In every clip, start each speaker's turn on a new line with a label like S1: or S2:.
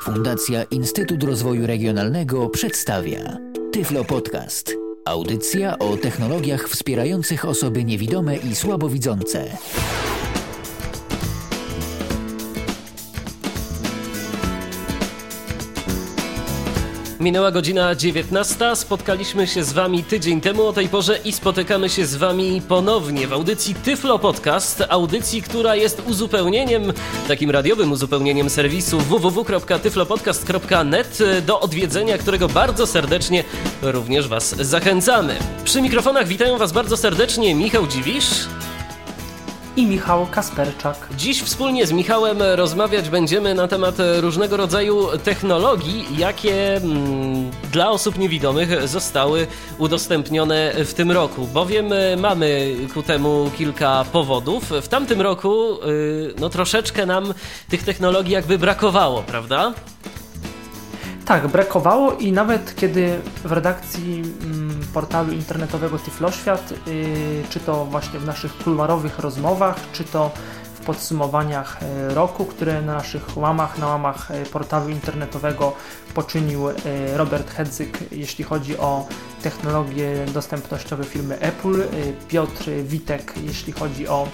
S1: Fundacja Instytut Rozwoju Regionalnego przedstawia Tyflo Podcast. Audycja o technologiach wspierających osoby niewidome i słabowidzące.
S2: Minęła godzina 19. Spotkaliśmy się z Wami tydzień temu o tej porze i spotykamy się z Wami ponownie w audycji Tyflo Podcast. Audycji, która jest uzupełnieniem, takim radiowym uzupełnieniem serwisu www.tyflopodcast.net, do odwiedzenia którego bardzo serdecznie również Was zachęcamy. Przy mikrofonach witają Was bardzo serdecznie Michał Dziwisz
S3: i Michał Kasperczak.
S2: Dziś wspólnie z Michałem rozmawiać będziemy na temat różnego rodzaju technologii, jakie dla osób niewidomych zostały udostępnione w tym roku. Bowiem mamy ku temu kilka powodów. W tamtym roku troszeczkę nam tych technologii jakby brakowało, prawda?
S3: Tak, brakowało i nawet kiedy w redakcji portalu internetowego Tyfloświat, czy to właśnie w naszych kuluarowych rozmowach, czy to w podsumowaniach roku, które na naszych na łamach portalu internetowego poczynił Robert Hedzyk, jeśli chodzi o technologie dostępnościowe firmy Apple, Piotr Witek, jeśli chodzi o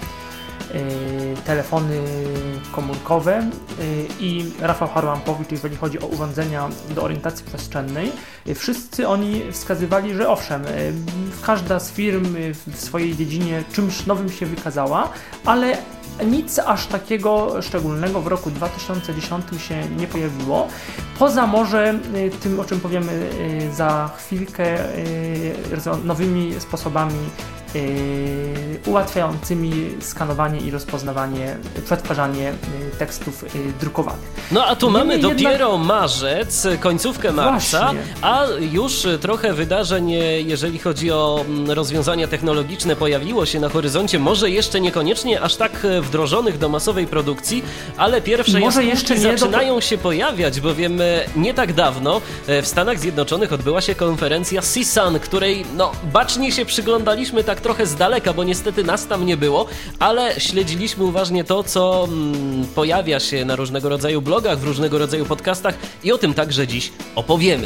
S3: telefony komórkowe i Rafał Harłampowicz, jeżeli chodzi o urządzenia do orientacji przestrzennej. Wszyscy oni wskazywali, że owszem, każda z firm w swojej dziedzinie czymś nowym się wykazała, ale nic aż takiego szczególnego w roku 2010 się nie pojawiło. Poza może tym, o czym powiemy za chwilkę, nowymi sposobami ułatwiającymi skanowanie i rozpoznawanie, przetwarzanie tekstów drukowanych.
S2: No a tu mamy dopiero marzec, końcówkę marca, właśnie. A już trochę wydarzeń, jeżeli chodzi o rozwiązania technologiczne, pojawiło się na horyzoncie, może jeszcze niekoniecznie aż tak wdrożonych do masowej produkcji, ale pierwsze jaskółki zaczynają się pojawiać, bowiem nie tak dawno w Stanach Zjednoczonych odbyła się konferencja CSUN, której bacznie się przyglądaliśmy tak trochę z daleka, bo niestety nas tam nie było, ale śledziliśmy uważnie to, co pojawia się na różnego rodzaju blogach, w różnego rodzaju podcastach i o tym także dziś opowiemy.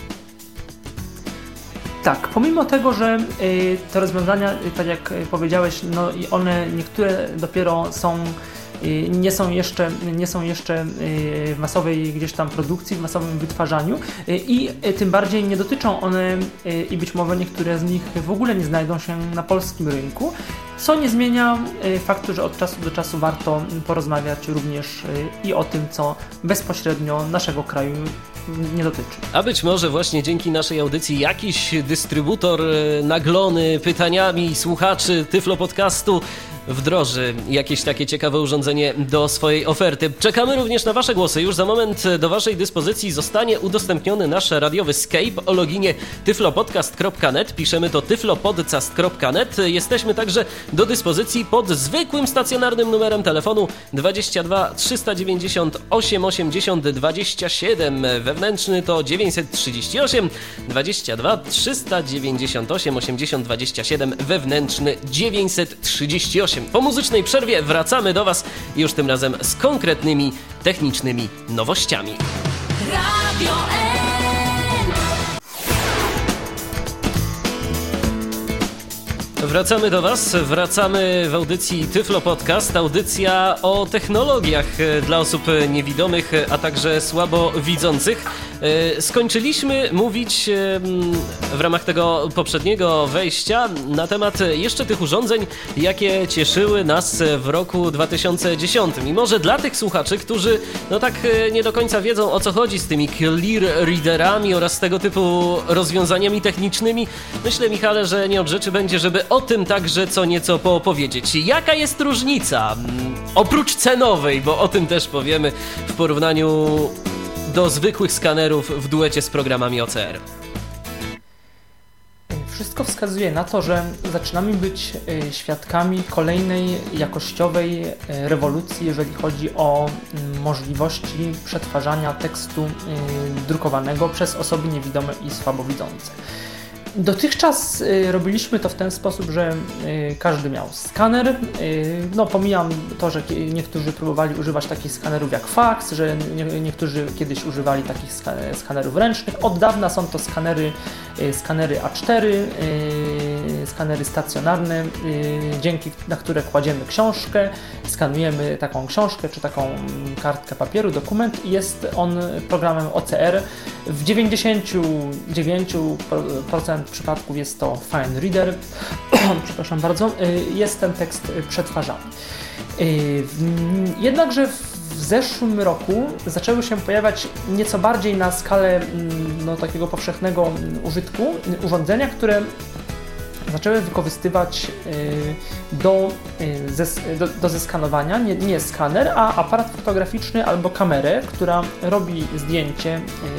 S3: Tak, pomimo tego, że te rozwiązania, tak jak powiedziałeś, i one niektóre dopiero nie są jeszcze w masowej gdzieś tam produkcji, w masowym wytwarzaniu i tym bardziej nie dotyczą one i być może niektóre z nich w ogóle nie znajdą się na polskim rynku, co nie zmienia faktu, że od czasu do czasu warto porozmawiać również i o tym, co bezpośrednio naszego kraju nie dotyczy.
S2: A być może właśnie dzięki naszej audycji jakiś dystrybutor naglony pytaniami słuchaczy Tyflo Podcastu wdroży jakieś takie ciekawe urządzenie do swojej oferty. Czekamy również na Wasze głosy. Już za moment do Waszej dyspozycji zostanie udostępniony nasz radiowy Skype o loginie tyflopodcast.net. Piszemy to tyflopodcast.net. Jesteśmy także do dyspozycji pod zwykłym stacjonarnym numerem telefonu 22 398 80 27. Wewnętrzny to 938 22 398 80 27. Wewnętrzny 938. Po muzycznej przerwie wracamy do Was już tym razem z konkretnymi technicznymi nowościami. Radio Wracamy do Was, wracamy w audycji Tyflo Podcast, audycja o technologiach dla osób niewidomych, a także słabowidzących. Skończyliśmy mówić w ramach tego poprzedniego wejścia na temat jeszcze tych urządzeń, jakie cieszyły nas w roku 2010. I może dla tych słuchaczy, którzy nie do końca wiedzą, o co chodzi z tymi clear readerami oraz tego typu rozwiązaniami technicznymi, myślę, Michale, że nie od rzeczy będzie, żeby o tym także co nieco poopowiedzieć. Jaka jest różnica, oprócz cenowej, bo o tym też powiemy, w porównaniu do zwykłych skanerów w duecie z programami OCR?
S3: Wszystko wskazuje na to, że zaczynamy być świadkami kolejnej jakościowej rewolucji, jeżeli chodzi o możliwości przetwarzania tekstu drukowanego przez osoby niewidome i słabowidzące. Dotychczas robiliśmy to w ten sposób, że każdy miał skaner. No pomijam to, że niektórzy próbowali używać takich skanerów jak fax, że niektórzy kiedyś używali takich skanerów ręcznych. Od dawna są to skanery A4, skanery stacjonarne, na które kładziemy książkę, skanujemy taką książkę czy taką kartkę papieru, dokument i jest on programem OCR. W 99% przypadków jest to Fine Reader, przepraszam bardzo, jest ten tekst przetwarzany. Jednakże w zeszłym roku zaczęły się pojawiać nieco bardziej na skalę takiego powszechnego użytku urządzenia, które zaczęły wykorzystywać do zeskanowania nie skaner, a aparat fotograficzny albo kamerę, która robi zdjęcie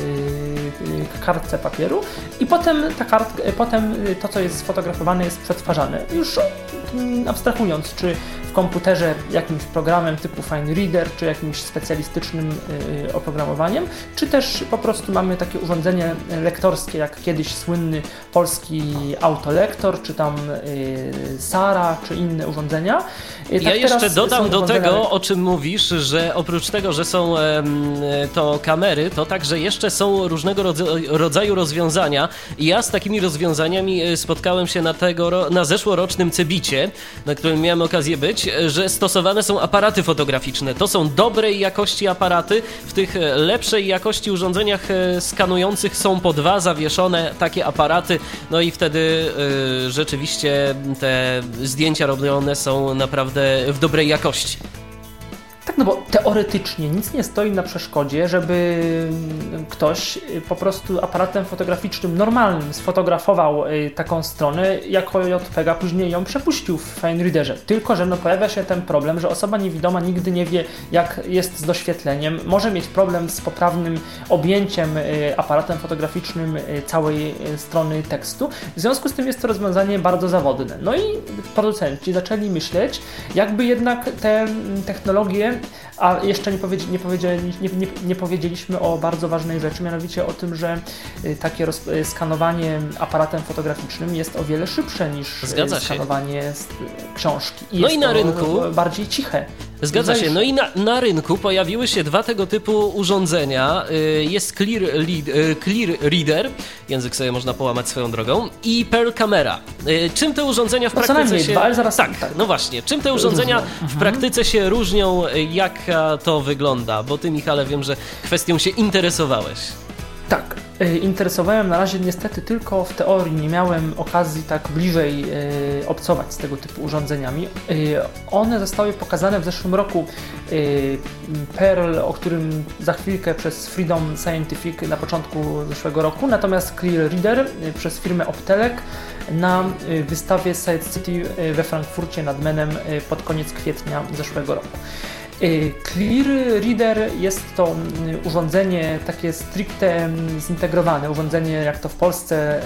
S3: kartce papieru i potem to, co jest sfotografowane, jest przetwarzane. Już abstrahując, czy w komputerze jakimś programem typu Fine Reader, czy jakimś specjalistycznym oprogramowaniem, czy też po prostu mamy takie urządzenie lektorskie, jak kiedyś słynny polski autolektor, czy tam Sara, czy inne urządzenia.
S2: Ja jeszcze dodam do tego, o czym mówisz, że oprócz tego, że są to kamery, to także jeszcze są różnego rodzaju rozwiązania. I ja z takimi rozwiązaniami spotkałem się na zeszłorocznym Cebicie, na którym miałem okazję być, że stosowane są aparaty fotograficzne. To są dobrej jakości aparaty. W tych lepszej jakości urządzeniach skanujących są po 2 zawieszone takie aparaty. No i wtedy rzeczywiście te zdjęcia robione są naprawdę w dobrej jakości.
S3: Tak, no bo teoretycznie nic nie stoi na przeszkodzie, żeby ktoś po prostu aparatem fotograficznym normalnym sfotografował taką stronę jako JPEG, a później ją przepuścił w Fine Readerze. Tylko że pojawia się ten problem, że osoba niewidoma nigdy nie wie, jak jest z doświetleniem, może mieć problem z poprawnym objęciem aparatem fotograficznym całej strony tekstu. W związku z tym jest to rozwiązanie bardzo zawodne. No i producenci zaczęli myśleć, jakby jednak te technologie, a jeszcze nie powiedzieliśmy o bardzo ważnej rzeczy, mianowicie o tym, że takie skanowanie aparatem fotograficznym jest o wiele szybsze niż skanowanie książki. I
S2: no
S3: jest
S2: i na rynku
S3: bardziej ciche.
S2: Zgadza się. No i na rynku pojawiły się 2 tego typu urządzenia. Jest Clear Reader, język sobie można połamać swoją drogą, i Pearl Camera. Czym te urządzenia w praktyce się...
S3: 2, ale zaraz...
S2: Tak, no właśnie. Czym te urządzenia w praktyce się różnią, jak to wygląda? Bo ty, Michale, wiem, że kwestią się interesowałeś.
S3: Tak, interesowałem na razie niestety tylko w teorii, nie miałem okazji tak bliżej obcować z tego typu urządzeniami. One zostały pokazane w zeszłym roku. Pearl, o którym za chwilkę, przez Freedom Scientific na początku zeszłego roku, natomiast Clear Reader przez firmę Optelec na wystawie Science City we Frankfurcie nad Menem pod koniec kwietnia zeszłego roku. Clear Reader jest to urządzenie takie stricte zintegrowane, urządzenie jak to w Polsce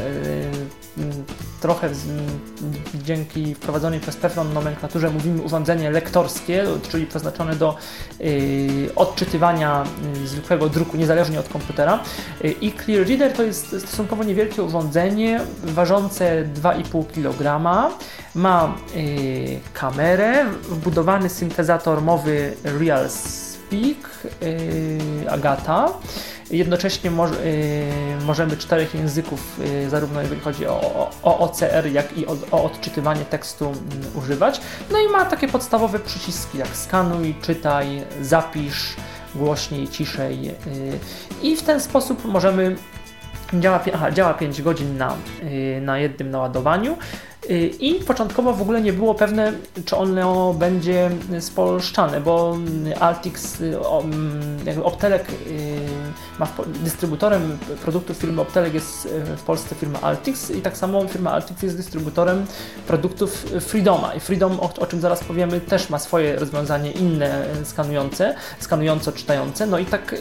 S3: trochę dzięki wprowadzonej przez Teflon nomenklaturze mówimy urządzenie lektorskie, czyli przeznaczone do odczytywania zwykłego druku niezależnie od komputera. I Clear Reader to jest stosunkowo niewielkie urządzenie ważące 2,5 kg. Ma kamerę, wbudowany syntezator mowy Real Speak Agata. Jednocześnie możemy 4 języków, zarówno jeżeli chodzi o OCR, jak i o odczytywanie tekstu używać. No i ma takie podstawowe przyciski jak skanuj, czytaj, zapisz, głośniej, ciszej. I w ten sposób możemy... Działa 5 godzin na jednym naładowaniu. I początkowo w ogóle nie było pewne, czy ono będzie spolszczane, bo Altix, Optelec dystrybutorem produktów firmy Optelec jest w Polsce firma Altix i tak samo firma Altix jest dystrybutorem produktów Freedoma. I Freedom, o czym zaraz powiemy, też ma swoje rozwiązanie inne skanująco-czytające. No i tak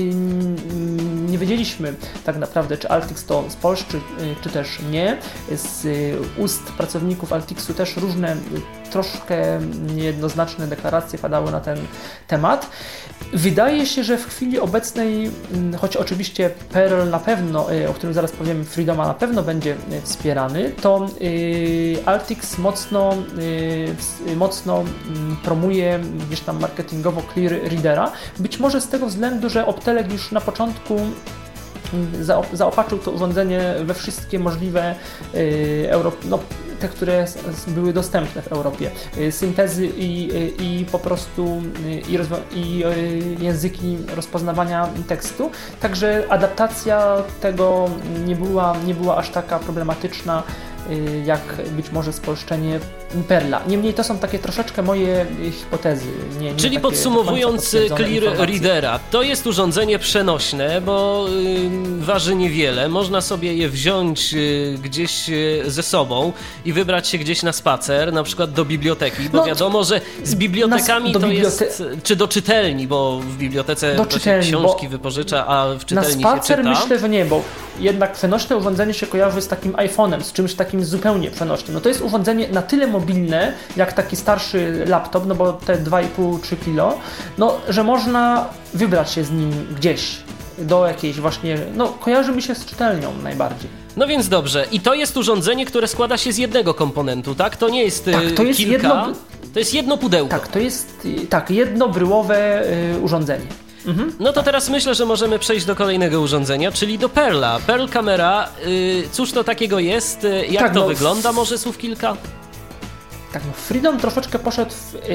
S3: nie wiedzieliśmy tak naprawdę, czy Altix to spolszczy, czy też nie. Z ust pracowników Altixu też różne troszkę niejednoznaczne deklaracje padały na ten temat. Wydaje się, że w chwili obecnej, choć oczywiście Perl na pewno, o którym zaraz powiem, Freedoma na pewno będzie wspierany, to Altix mocno promuje gdzieś tam marketingowo Clear Readera. Być może z tego względu, że Optelec już na początku zaopatrzył to urządzenie we wszystkie możliwe te, które były dostępne w Europie, syntezy i po prostu języki rozpoznawania tekstu. Także adaptacja tego nie była aż taka problematyczna, jak być może spolszczenie Perla. Niemniej to są takie troszeczkę moje hipotezy.
S2: Czyli
S3: takie
S2: podsumowując Clear Readera, to jest urządzenie przenośne, bo waży niewiele. Można sobie je wziąć gdzieś ze sobą i wybrać się gdzieś na spacer, na przykład do biblioteki, bo wiadomo, że z bibliotekami jest, czy do czytelni, bo w bibliotece książki wypożycza, a w czytelni się czyta.
S3: Na spacer myślę, że nie, bo jednak przenośne urządzenie się kojarzy z takim iPhone'em, z czymś takim zupełnie przenośnym. No to jest urządzenie na tyle mobilne, jak taki starszy laptop, no bo te 2,5-3 kg, no, że można wybrać się z nim gdzieś do jakiejś właśnie, no kojarzy mi się z czytelnią najbardziej.
S2: No więc dobrze, i to jest urządzenie, które składa się z jednego komponentu, tak? To nie jest,
S3: to jest
S2: kilka, to jest jedno pudełko.
S3: Tak, to jest jednobryłowe urządzenie. Mhm.
S2: No to teraz myślę, że możemy przejść do kolejnego urządzenia, czyli do Perla. Perl kamera, cóż to takiego jest? Jak to wygląda? Może słów kilka?
S3: Tak, Freedom troszeczkę poszedł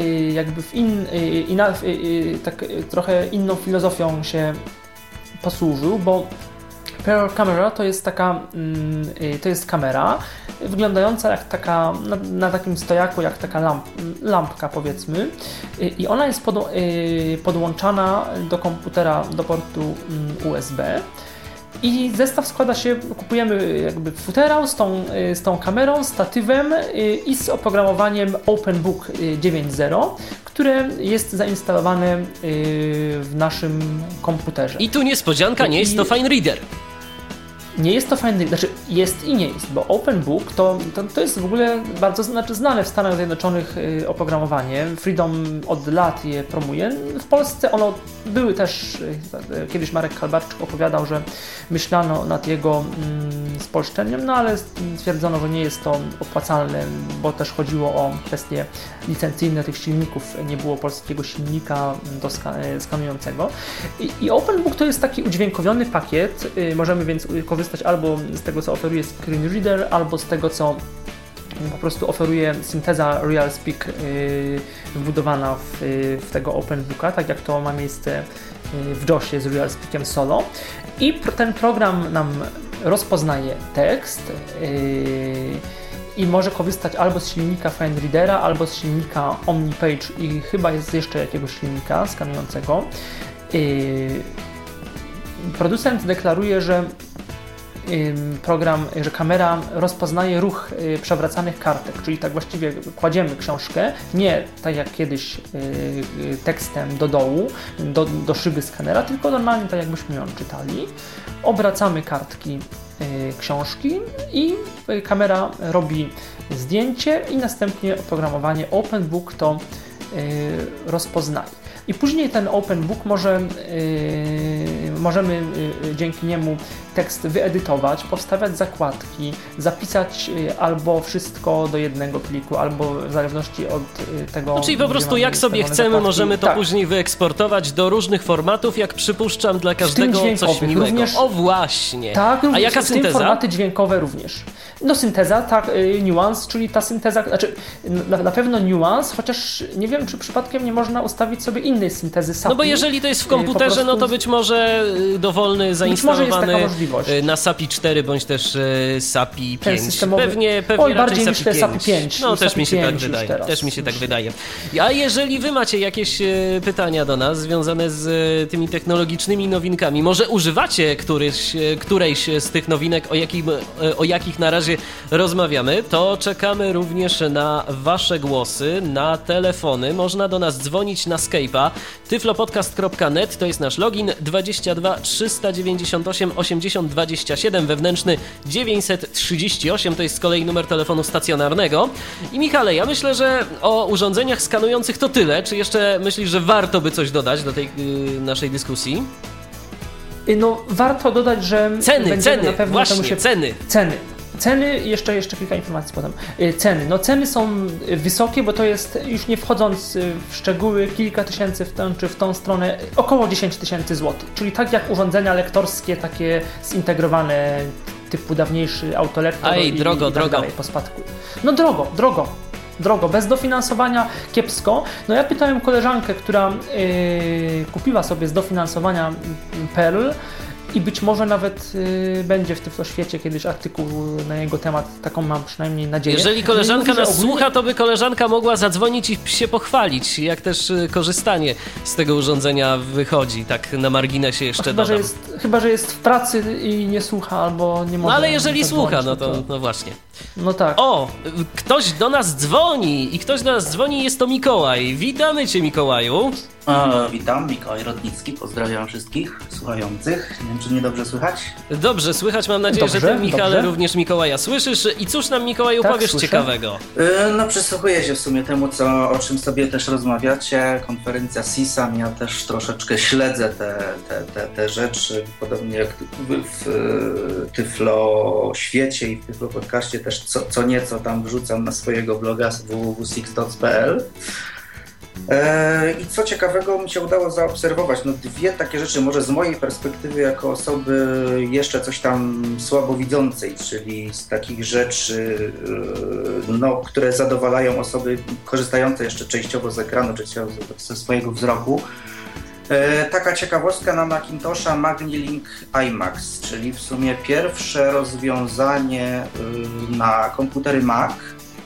S3: trochę inną filozofią się posłużył, bo Perl Camera to jest kamera wyglądająca jak taka, na takim stojaku, jak taka lampka powiedzmy, i ona jest podłączana do komputera, do portu USB. I zestaw składa się, kupujemy jakby futerał z tą kamerą, statywem i z oprogramowaniem OpenBook 9.0, które jest zainstalowane w naszym komputerze.
S2: I tu niespodzianka, nie jest to Fine Reader.
S3: Nie jest to fajne, znaczy jest i nie jest, bo OpenBook to jest w ogóle bardzo znane w Stanach Zjednoczonych oprogramowanie. Freedom od lat je promuje. W Polsce ono były też, kiedyś Marek Kalbarczyk opowiadał, że myślano nad jego spolszczeniem, no ale stwierdzono, że nie jest to opłacalne, bo też chodziło o kwestie licencyjne tych silników. Nie było polskiego silnika skanującego. I OpenBook to jest taki udźwiękowiony pakiet. Możemy więc korzystać albo z tego, co oferuje Screen Reader, albo z tego, co po prostu oferuje synteza RealSpeak wbudowana w tego OpenBooka, tak jak to ma miejsce w JOSie z RealSpeakiem Solo. I ten program nam rozpoznaje tekst i może korzystać albo z silnika Fine Readera, albo z silnika OmniPage i chyba jest jeszcze jakiegoś silnika skanującego. Producent deklaruje, że kamera rozpoznaje ruch przewracanych kartek, czyli tak właściwie kładziemy książkę, nie tak jak kiedyś tekstem do dołu, do szyby skanera, tylko normalnie tak jakbyśmy ją czytali. Obracamy kartki książki i kamera robi zdjęcie i następnie oprogramowanie OpenBook to rozpoznaje. I później ten OpenBook możemy dzięki niemu tekst wyedytować, powstawiać zakładki, zapisać albo wszystko do jednego pliku, albo w zależności od tego...
S2: No, czyli po prostu jak sobie chcemy, zakładki, możemy to później wyeksportować do różnych formatów, jak przypuszczam dla każdego coś miłego. Również, o właśnie!
S3: Tak, również,
S2: a jaka synteza?
S3: W tym formaty dźwiękowe również. No synteza, tak, Nuance, czyli ta synteza, znaczy na pewno Nuance, chociaż nie wiem, czy przypadkiem nie można ustawić sobie innej syntezy SAPI.
S2: No bo jeżeli to jest w komputerze, no to być może dowolny, zainstalowany na SAPI 4 bądź też SAPI 5. Pewnie raczej SAPI 5. No też mi się tak wydaje. Też mi się tak wydaje. A jeżeli wy macie jakieś pytania do nas związane z tymi technologicznymi nowinkami, może używacie którejś z tych nowinek, o jakich na razie razie rozmawiamy, to czekamy również na wasze głosy, na telefony. Można do nas dzwonić na Skype'a. tyflopodcast.net to jest nasz login, 22 398 80 27, wewnętrzny 938, to jest z kolei numer telefonu stacjonarnego. I Michale, ja myślę, że o urządzeniach skanujących to tyle. Czy jeszcze myślisz, że warto by coś dodać do tej naszej dyskusji?
S3: No, warto dodać, że
S2: ceny,
S3: na pewno
S2: właśnie,
S3: Ceny, jeszcze kilka informacji potem. Ceny są wysokie, bo to jest, już nie wchodząc w szczegóły, kilka tysięcy w tę czy w tą stronę, około 10 000 złotych. Czyli tak jak urządzenia lektorskie, takie zintegrowane, typu dawniejszy autolektor i tak dalej po spadku. No drogo, bez dofinansowania kiepsko. No ja pytałem koleżankę, która kupiła sobie z dofinansowania Perl i być może nawet będzie w Tyfloświecie kiedyś artykuł na jego temat, taką mam przynajmniej nadzieję.
S2: Jeżeli koleżanka nas słucha, to by koleżanka mogła zadzwonić i się pochwalić, jak też korzystanie z tego urządzenia wychodzi, tak na marginesie jeszcze dodam.
S3: Chyba, że jest w pracy i nie słucha albo nie może.
S2: No ale jeżeli słucha, no właśnie.
S3: No tak.
S2: O, ktoś do nas dzwoni jest to Mikołaj. Witamy Cię, Mikołaju.
S4: Witam, Mikołaj Rodnicki, pozdrawiam wszystkich słuchających. Nie wiem, czy mnie dobrze słychać?
S2: Dobrze słychać, mam nadzieję, że Ty, Michale, również Mikołaja słyszysz. I cóż nam, Mikołaju, powiesz ciekawego?
S4: No przysłuchuję się w sumie temu, o czym sobie też rozmawiacie. Konferencja CISAM, ja też troszeczkę śledzę te rzeczy, podobnie jak w Tyfloświecie i w Tyflopodcaście też co nieco tam wrzucam na swojego bloga www.six.pl. I co ciekawego mi się udało zaobserwować, no dwie takie rzeczy, może z mojej perspektywy jako osoby jeszcze coś tam słabowidzącej, czyli z takich rzeczy, które zadowalają osoby korzystające jeszcze częściowo z ekranu, czy ze swojego wzroku. Taka ciekawostka na Macintosha MagniLink iMax, czyli w sumie pierwsze rozwiązanie na komputery Mac,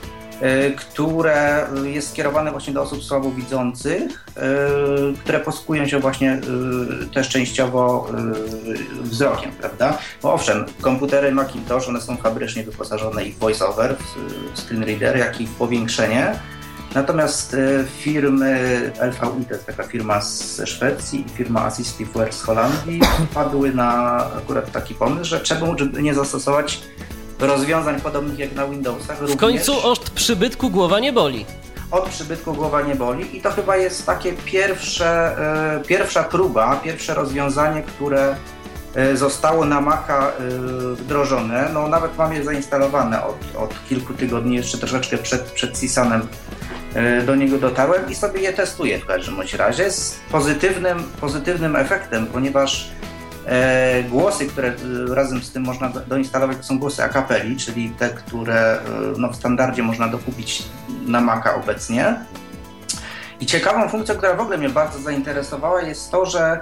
S4: które jest skierowane właśnie do osób słabowidzących, które posługują się właśnie też częściowo wzrokiem, prawda? Bo owszem, komputery Macintosh, one są fabrycznie wyposażone i w VoiceOver, w screen reader, jak i w powiększenie. Natomiast firmy LVI, to jest taka firma ze Szwecji, i firma Assistiveware z Holandii, wpadły na akurat taki pomysł, że czemu nie zastosować rozwiązań podobnych jak na Windowsach.
S2: W końcu od przybytku głowa nie boli.
S4: Od przybytku głowa nie boli i to chyba jest takie pierwsza próba, pierwsze rozwiązanie, które zostało na Maca wdrożone. No nawet mam je zainstalowane od kilku tygodni, jeszcze troszeczkę przed CISAM-em do niego dotarłem i sobie je testuję w każdym bądź razie z pozytywnym efektem, ponieważ głosy, które razem z tym można doinstalować, to są głosy a cappelli, czyli te, które w standardzie można dokupić na Maca obecnie. I ciekawą funkcją, która w ogóle mnie bardzo zainteresowała, jest to, że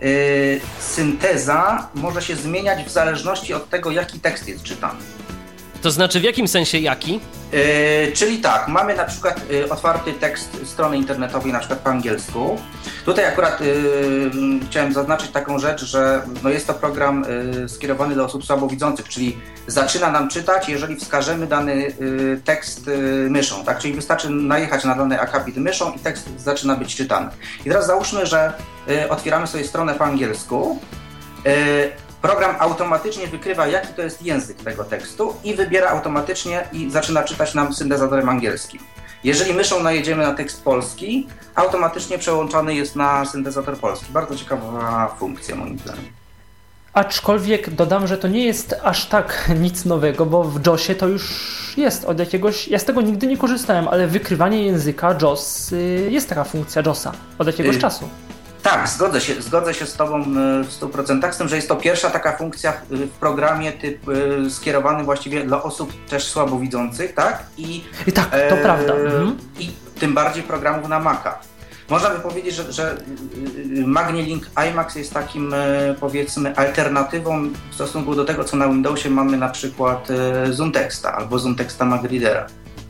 S4: synteza może się zmieniać w zależności od tego, jaki tekst jest czytany.
S2: To znaczy w jakim sensie jaki?
S4: Czyli tak, mamy na przykład otwarty tekst strony internetowej, na przykład po angielsku. Tutaj akurat chciałem zaznaczyć taką rzecz, że jest to program skierowany do osób słabowidzących, czyli zaczyna nam czytać, jeżeli wskażemy dany tekst myszą, tak? Czyli wystarczy najechać na dany akapit myszą i tekst zaczyna być czytany. I teraz załóżmy, że otwieramy sobie stronę po angielsku. Program automatycznie wykrywa, jaki to jest język tego tekstu i wybiera automatycznie i zaczyna czytać nam syntezatorem angielskim. Jeżeli myszą najedziemy na tekst polski, automatycznie przełączany jest na syntezator polski. Bardzo ciekawa funkcja moim zdaniem.
S3: Aczkolwiek dodam, że to nie jest aż tak nic nowego, bo w JOSie to już jest od jakiegoś... Ja z tego nigdy nie korzystałem, ale wykrywanie języka JOS, jest taka funkcja JOSa od jakiegoś czasu.
S4: Tak, zgodzę się z Tobą w 100%, z tym, że jest to pierwsza taka funkcja w programie skierowany właściwie dla osób też słabowidzących, tak? I
S3: tak, to prawda.
S4: I tym bardziej programów na Maca. Można by powiedzieć, że MagniLink iMax jest takim, powiedzmy, alternatywą w stosunku do tego, co na Windowsie mamy na przykład ZoomTexta albo ZoomTexta MagReadera.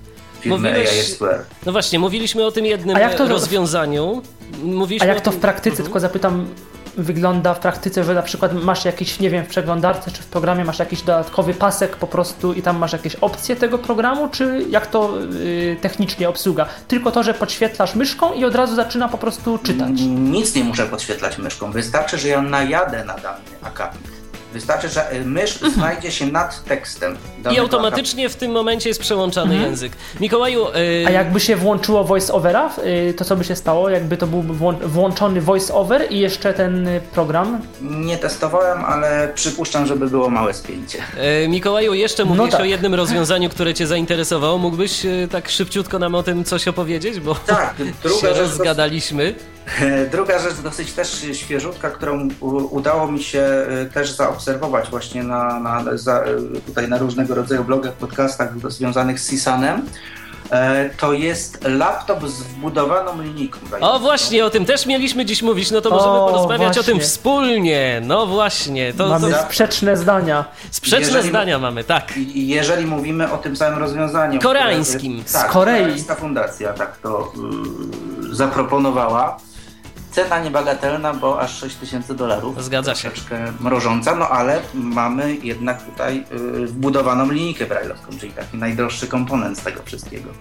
S2: No właśnie, mówiliśmy o tym jednym rozwiązaniu.
S3: A jak to w praktyce, tylko zapytam, wygląda w praktyce, że na przykład masz jakiś, nie wiem, w przeglądarce czy w programie masz jakiś dodatkowy pasek po prostu i tam masz jakieś opcje tego programu, czy jak to technicznie obsługa? Tylko to, że podświetlasz myszką i od razu zaczyna po prostu czytać.
S4: Nic nie muszę podświetlać myszką. Wystarczy, że ja najadę na dany akapit. Wystarczy, że mysz znajdzie się nad tekstem.
S2: I automatycznie w tym momencie jest przełączany język. Mikołaju...
S3: A jakby się włączyło voice-overa, to co by się stało? Jakby to był włączony voice-over i jeszcze ten program?
S4: Nie testowałem, ale przypuszczam, żeby było małe spięcie.
S2: Mikołaju, jeszcze mówisz o jednym rozwiązaniu, które cię zainteresowało. Mógłbyś tak szybciutko nam o tym coś opowiedzieć? Bo
S4: tak,
S2: się rozgadaliśmy.
S4: Druga rzecz dosyć też świeżutka, którą udało mi się też zaobserwować właśnie tutaj na różnego rodzaju blogach, podcastach związanych z CSUN-em, to jest laptop z wbudowaną linijką.
S2: O właśnie, o tym też mieliśmy dziś mówić, no to możemy porozmawiać o tym wspólnie. No właśnie.
S3: Mamy sprzeczne zdania.
S2: Sprzeczne zdania mamy, tak.
S4: I jeżeli mówimy o tym samym rozwiązaniu.
S2: Koreańskim.
S4: Tak,
S3: z Korei.
S4: Koreańska fundacja tak to zaproponowała. Cena niebagatelna, bo aż $6,000.
S2: Zgadza się.
S4: Troszeczkę mrożąca, no ale mamy jednak tutaj wbudowaną linijkę braille'owską, czyli taki najdroższy komponent z tego wszystkiego.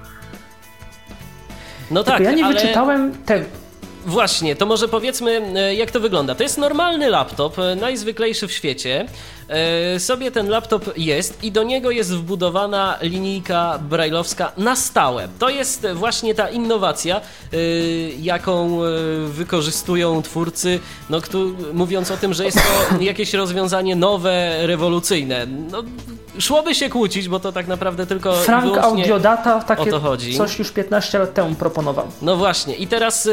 S2: No tak,
S3: ja nie wyczytałem tego.
S2: Właśnie, to może powiedzmy, jak to wygląda. To jest normalny laptop, najzwyklejszy w świecie. Sobie ten laptop jest i do niego jest wbudowana linijka braille'owska na stałe. To jest właśnie ta innowacja, jaką wykorzystują twórcy, mówiąc o tym, że jest to jakieś rozwiązanie nowe, rewolucyjne. No, szłoby się kłócić, bo to tak naprawdę tylko
S3: Frank Audiodata takie
S2: o to chodzi.
S3: Coś już 15 lat temu proponował.
S2: No właśnie i teraz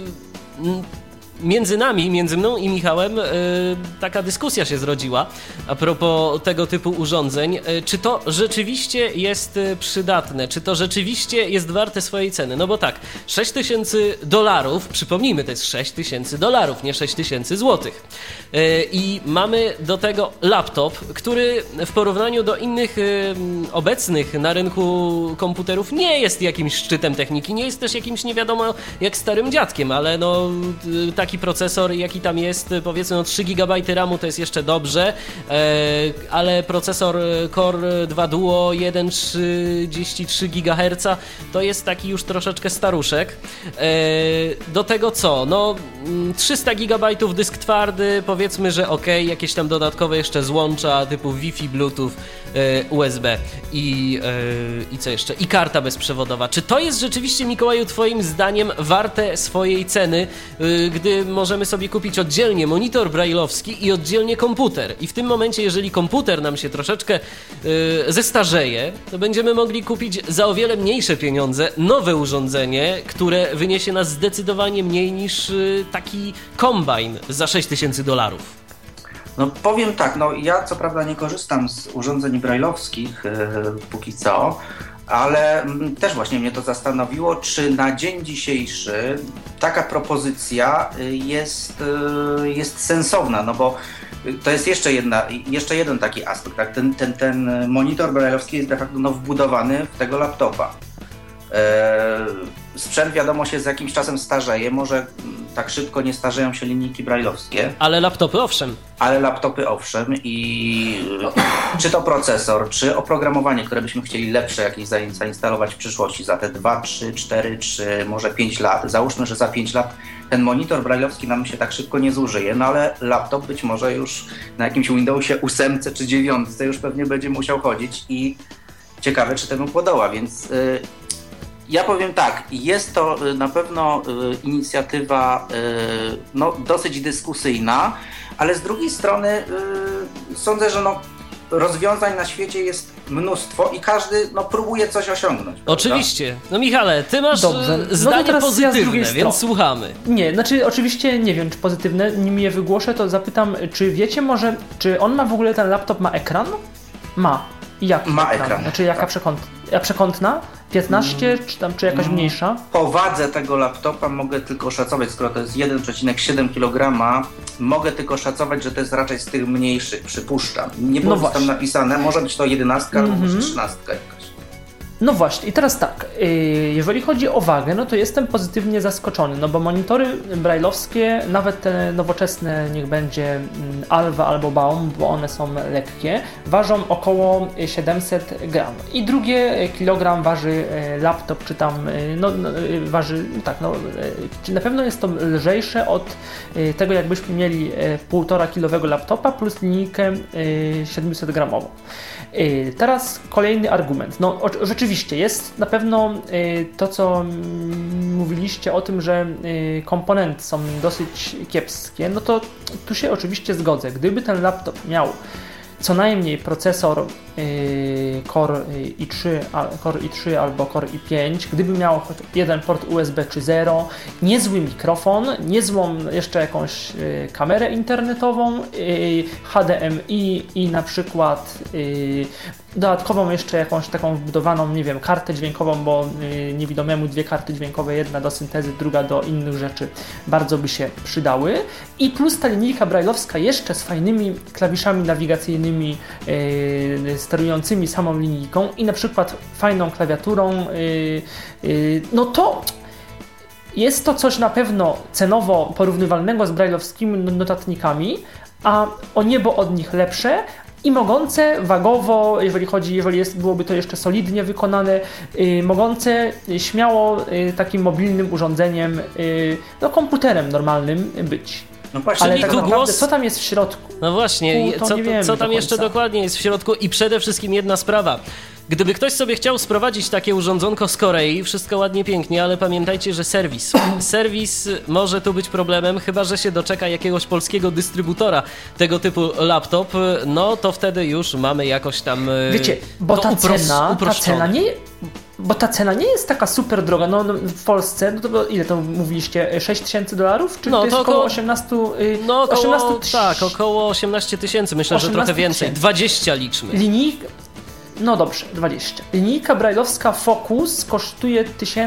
S2: między mną i Michałem taka dyskusja się zrodziła a propos tego typu urządzeń. Czy to rzeczywiście jest przydatne? Czy to rzeczywiście jest warte swojej ceny? No bo tak, $6,000, przypomnijmy, to jest $6,000, nie 6,000 złotych. I mamy do tego laptop, który w porównaniu do innych obecnych na rynku komputerów nie jest jakimś szczytem techniki, nie jest też jakimś nie wiadomo jak starym dziadkiem, ale no taki procesor jaki tam jest, powiedzmy 3 GB RAMu to jest jeszcze dobrze, ale procesor Core 2 Duo 1,33 GHz to jest taki już troszeczkę staruszek. Do tego co? No 300 GB dysk twardy, powiedzmy, że ok, jakieś tam dodatkowe jeszcze złącza typu Wi-Fi, Bluetooth, USB i co jeszcze? I karta bezprzewodowa. Czy to jest rzeczywiście, Mikołaju, twoim zdaniem warte swojej ceny, gdy możemy sobie kupić oddzielnie monitor braille'owski i oddzielnie komputer? I w tym momencie, jeżeli komputer nam się troszeczkę zestarzeje, to będziemy mogli kupić za o wiele mniejsze pieniądze nowe urządzenie, które wyniesie nas zdecydowanie mniej niż taki kombajn za $6,000.
S4: No powiem tak, no ja co prawda nie korzystam z urządzeń braille'owskich póki co, ale też właśnie mnie to zastanowiło, czy na dzień dzisiejszy taka propozycja jest sensowna, no bo to jest jeszcze jeden taki aspekt, tak? Ten monitor braille'owski jest de facto wbudowany w tego laptopa. Sprzęt wiadomo się z jakimś czasem starzeje, może tak szybko nie starzeją się linijki braille'owskie.
S2: Ale laptopy owszem
S4: i czy to procesor, czy oprogramowanie, które byśmy chcieli lepsze jakieś zainstalować w przyszłości za te 2, 3, 4, czy może 5 lat. Załóżmy, że za 5 lat ten monitor braille'owski nam się tak szybko nie zużyje, no ale laptop być może już na jakimś Windowsie 8 czy 9 już pewnie będzie musiał chodzić i ciekawe, czy temu podoła, więc ja powiem tak, jest to na pewno inicjatywa dosyć dyskusyjna, ale z drugiej strony sądzę, że rozwiązań na świecie jest mnóstwo i każdy próbuje coś osiągnąć. Prawda?
S2: Oczywiście. No Michale, ty masz zdanie pozytywne, więc słuchamy.
S3: Nie, znaczy oczywiście nie wiem, czy pozytywne, nim je wygłoszę, to zapytam, czy wiecie może, czy on ma w ogóle, ten laptop ma ekran? Ma. I jaki
S4: ma ekran?
S3: Znaczy jaka przekątna? 15 czy jakaś mniejsza?
S4: Po wadze tego laptopa mogę tylko szacować, skoro to jest 1,7 kg, mogę tylko szacować, że to jest raczej z tych mniejszych, przypuszczam. Nie było tam napisane, może być to 11 albo może 13 jakaś.
S3: No właśnie, i teraz tak, jeżeli chodzi o wagę, no to jestem pozytywnie zaskoczony, no bo monitory braille'owskie, nawet te nowoczesne, niech będzie Alva albo Baum, bo one są lekkie, ważą około 700 gram. I drugie kilogram waży laptop, czy tam, waży, tak, no, na pewno jest to lżejsze od tego, jakbyśmy mieli 1,5-kilowego laptopa plus linijkę 700 gramową. Teraz kolejny argument. No rzeczywiście jest na pewno to, co mówiliście o tym, że komponenty są dosyć kiepskie, no to tu się oczywiście zgodzę. Gdyby ten laptop miał co najmniej procesor Core i3 albo Core i5, gdyby miał jeden port USB czy 0, niezły mikrofon, niezłą jeszcze jakąś kamerę internetową, HDMI i na przykład dodatkową jeszcze jakąś taką wbudowaną, nie wiem, kartę dźwiękową, bo niewidomemu 2 karty dźwiękowe, jedna do syntezy, druga do innych rzeczy bardzo by się przydały. I plus ta linijka braille'owska jeszcze z fajnymi klawiszami nawigacyjnymi sterującymi samą linijką i na przykład fajną klawiaturą, no to jest to coś na pewno cenowo porównywalnego z braille'owskimi notatnikami, a o niebo od nich lepsze i mogące wagowo, byłoby to jeszcze solidnie wykonane, mogące śmiało takim mobilnym urządzeniem, no komputerem normalnym być.
S4: No właśnie,
S3: ale tak naprawdę, co tam jest w środku?
S2: No właśnie, co tam jeszcze dokładnie jest w środku i przede wszystkim jedna sprawa. Gdyby ktoś sobie chciał sprowadzić takie urządzonko z Korei, wszystko ładnie, pięknie, ale pamiętajcie, że serwis może tu być problemem, chyba że się doczeka jakiegoś polskiego dystrybutora tego typu laptop, no to wtedy już mamy jakoś tam
S3: wiecie, bo ta cena nie jest taka super droga. No w Polsce, no to ile to mówiliście? $6,000? Czy to jest około 18 tysięcy?
S2: Tak, około 18 tysięcy, myślę, że trochę więcej. 20 liczmy.
S3: No dobrze, 20. Linijka braille'owska Focus kosztuje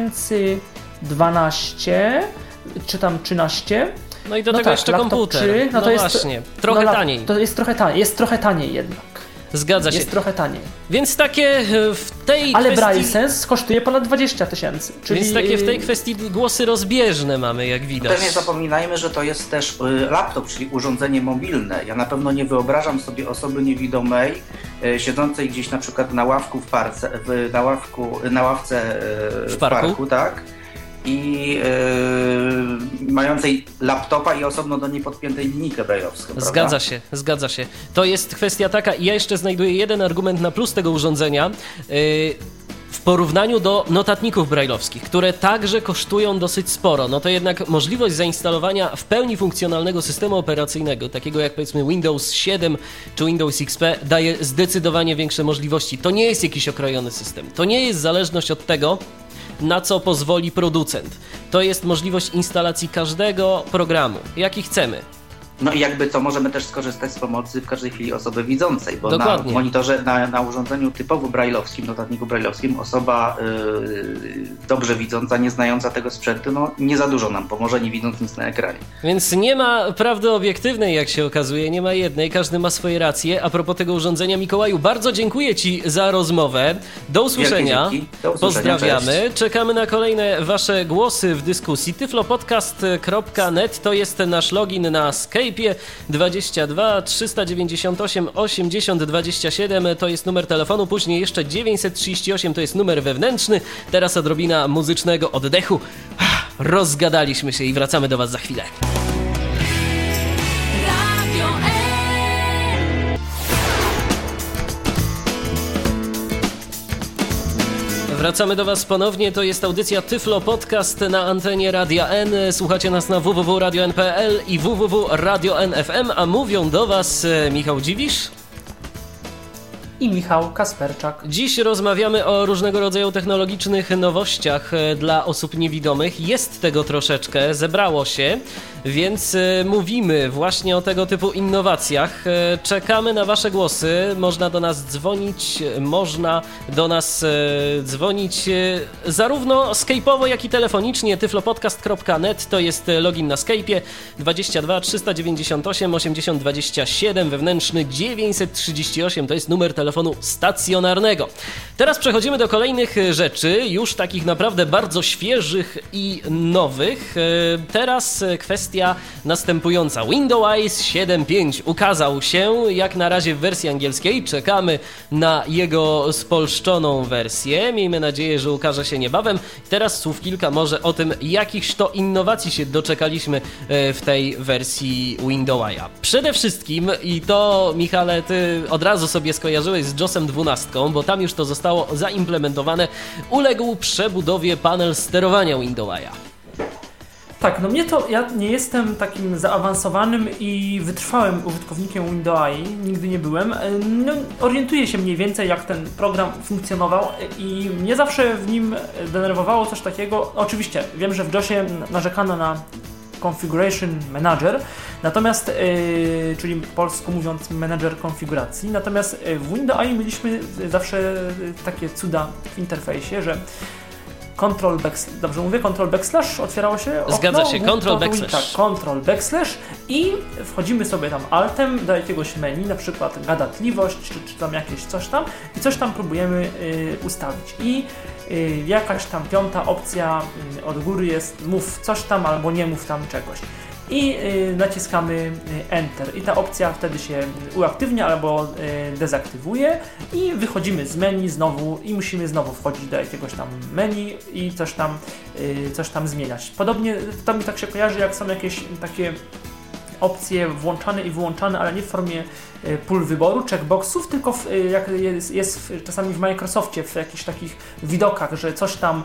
S3: 1012 czy tam 13.
S2: No i do tego jeszcze komputer. 3,
S3: no to jest
S2: właśnie, trochę taniej.
S3: To jest trochę taniej jednak.
S2: Zgadza się.
S3: Jest trochę taniej.
S2: Więc takie w tej
S3: ale
S2: kwestii...
S3: Braille Sense kosztuje ponad 20 tysięcy.
S2: Więc takie w tej kwestii głosy rozbieżne mamy, jak widać.
S4: Też nie zapominajmy, że to jest też laptop, czyli urządzenie mobilne. Ja na pewno nie wyobrażam sobie osoby niewidomej siedzącej gdzieś na przykład na ławku na ławce w parku, tak? I mającej laptopa i osobno do niej podpiętej linijkę braille'owską.
S2: Zgadza się. To jest kwestia taka, i ja jeszcze znajduję jeden argument na plus tego urządzenia w porównaniu do notatników braille'owskich, które także kosztują dosyć sporo. No to jednak możliwość zainstalowania w pełni funkcjonalnego systemu operacyjnego, takiego jak powiedzmy Windows 7 czy Windows XP, daje zdecydowanie większe możliwości. To nie jest jakiś okrojony system. To nie jest zależność od tego, na co pozwoli producent. To jest możliwość instalacji każdego programu, jaki chcemy.
S4: No i jakby to możemy też skorzystać z pomocy w każdej chwili osoby widzącej, bo
S2: dokładnie.
S4: Na monitorze, na urządzeniu typowo braille'owskim, notatniku braille'owskim osoba dobrze widząca, nie znająca tego sprzętu, no nie za dużo nam pomoże, nie widząc nic na ekranie.
S2: Więc nie ma prawdy obiektywnej, jak się okazuje, nie ma jednej, każdy ma swoje racje. A propos tego urządzenia, Mikołaju, bardzo dziękuję Ci za rozmowę. Do usłyszenia. Pozdrawiamy. Cześć. Czekamy na kolejne Wasze głosy w dyskusji. tyflopodcast.net to jest nasz login na Skype'ie. 22 398 80 27 to jest numer telefonu, później jeszcze 938 to jest numer wewnętrzny. Teraz odrobina muzycznego oddechu. Rozgadaliśmy się i wracamy do Was za chwilę. Wracamy do Was ponownie, to jest audycja Tyflo Podcast na antenie Radia N. Słuchacie nas na www.radio.n.pl i www.radio.n.fm, a mówią do Was Michał Dziwisz
S3: i Michał Kasperczak.
S2: Dziś rozmawiamy o różnego rodzaju technologicznych nowościach dla osób niewidomych. Jest tego troszeczkę, zebrało się. więc mówimy właśnie o tego typu innowacjach. Czekamy na wasze głosy. Można do nas dzwonić zarówno skype'owo, jak i telefonicznie. tyflopodcast.net to jest login na Skype'ie. 22 398 80 27, wewnętrzny 938 to jest numer telefonu stacjonarnego. Teraz przechodzimy do kolejnych rzeczy, już takich naprawdę bardzo świeżych i nowych. Teraz kwestia następująca. Windows 7.5 ukazał się jak na razie w wersji angielskiej. Czekamy na jego spolszczoną wersję. Miejmy nadzieję, że ukaże się niebawem. Teraz słów kilka może o tym, jakichś to innowacji się doczekaliśmy w tej wersji Windowsa. Przede wszystkim, i to Michale, ty od razu sobie skojarzyłeś z JOSem 12, bo tam już to zostało zaimplementowane, uległ przebudowie panel sterowania Windowsa.
S3: Tak, no ja nie jestem takim zaawansowanym i wytrwałym użytkownikiem Windowsa, nigdy nie byłem. No, orientuję się mniej więcej, jak ten program funkcjonował i mnie zawsze w nim denerwowało coś takiego. Oczywiście wiem, że w JOSie narzekano na Configuration Manager, natomiast, czyli po polsku mówiąc manager konfiguracji, natomiast w Windowsie mieliśmy zawsze takie cuda w interfejsie, że Ctrl backslash, otwierało się okno.
S2: Zgadza się, Ctrl backslash.
S3: Tak, Ctrl backslash i wchodzimy sobie tam altem do jakiegoś menu, na przykład gadatliwość, czy tam jakieś coś tam i coś tam próbujemy ustawić. I jakaś tam piąta opcja od góry jest mów coś tam albo nie mów tam czegoś. I naciskamy Enter i ta opcja wtedy się uaktywnia albo dezaktywuje i wychodzimy z menu znowu i musimy znowu wchodzić do jakiegoś tam menu i coś tam zmieniać. Podobnie to mi tak się kojarzy, jak są jakieś takie opcje włączane i wyłączane, ale nie w formie pól wyboru, checkboxów, tylko jak jest czasami w Microsoftie, w jakichś takich widokach, że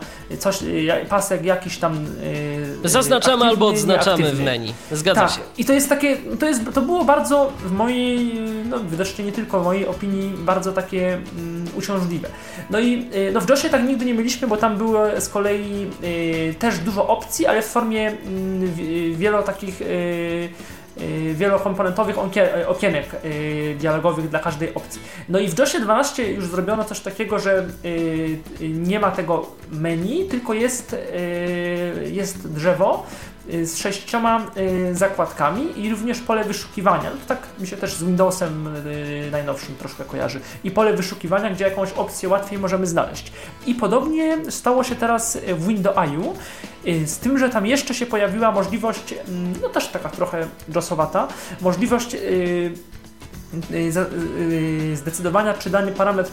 S3: pasek jakiś tam
S2: zaznaczamy albo odznaczamy w menu. Zgadza się.
S3: I to jest takie, to było bardzo w mojej, no widocznie nie tylko w mojej opinii, bardzo takie uciążliwe. No i w JOSie tak nigdy nie mieliśmy, bo tam było z kolei też dużo opcji, ale w formie wielokomponentowych okienek dialogowych dla każdej opcji. No i w JOSie 12 już zrobiono coś takiego, że nie ma tego menu, tylko jest drzewo z 6 zakładkami i również pole wyszukiwania. No to tak mi się też z Windowsem najnowszym troszkę kojarzy. I pole wyszukiwania, gdzie jakąś opcję łatwiej możemy znaleźć. I podobnie stało się teraz w Windowsiu, z tym, że tam jeszcze się pojawiła możliwość, no też taka trochę JOSowata, możliwość zdecydowania, czy dany parametr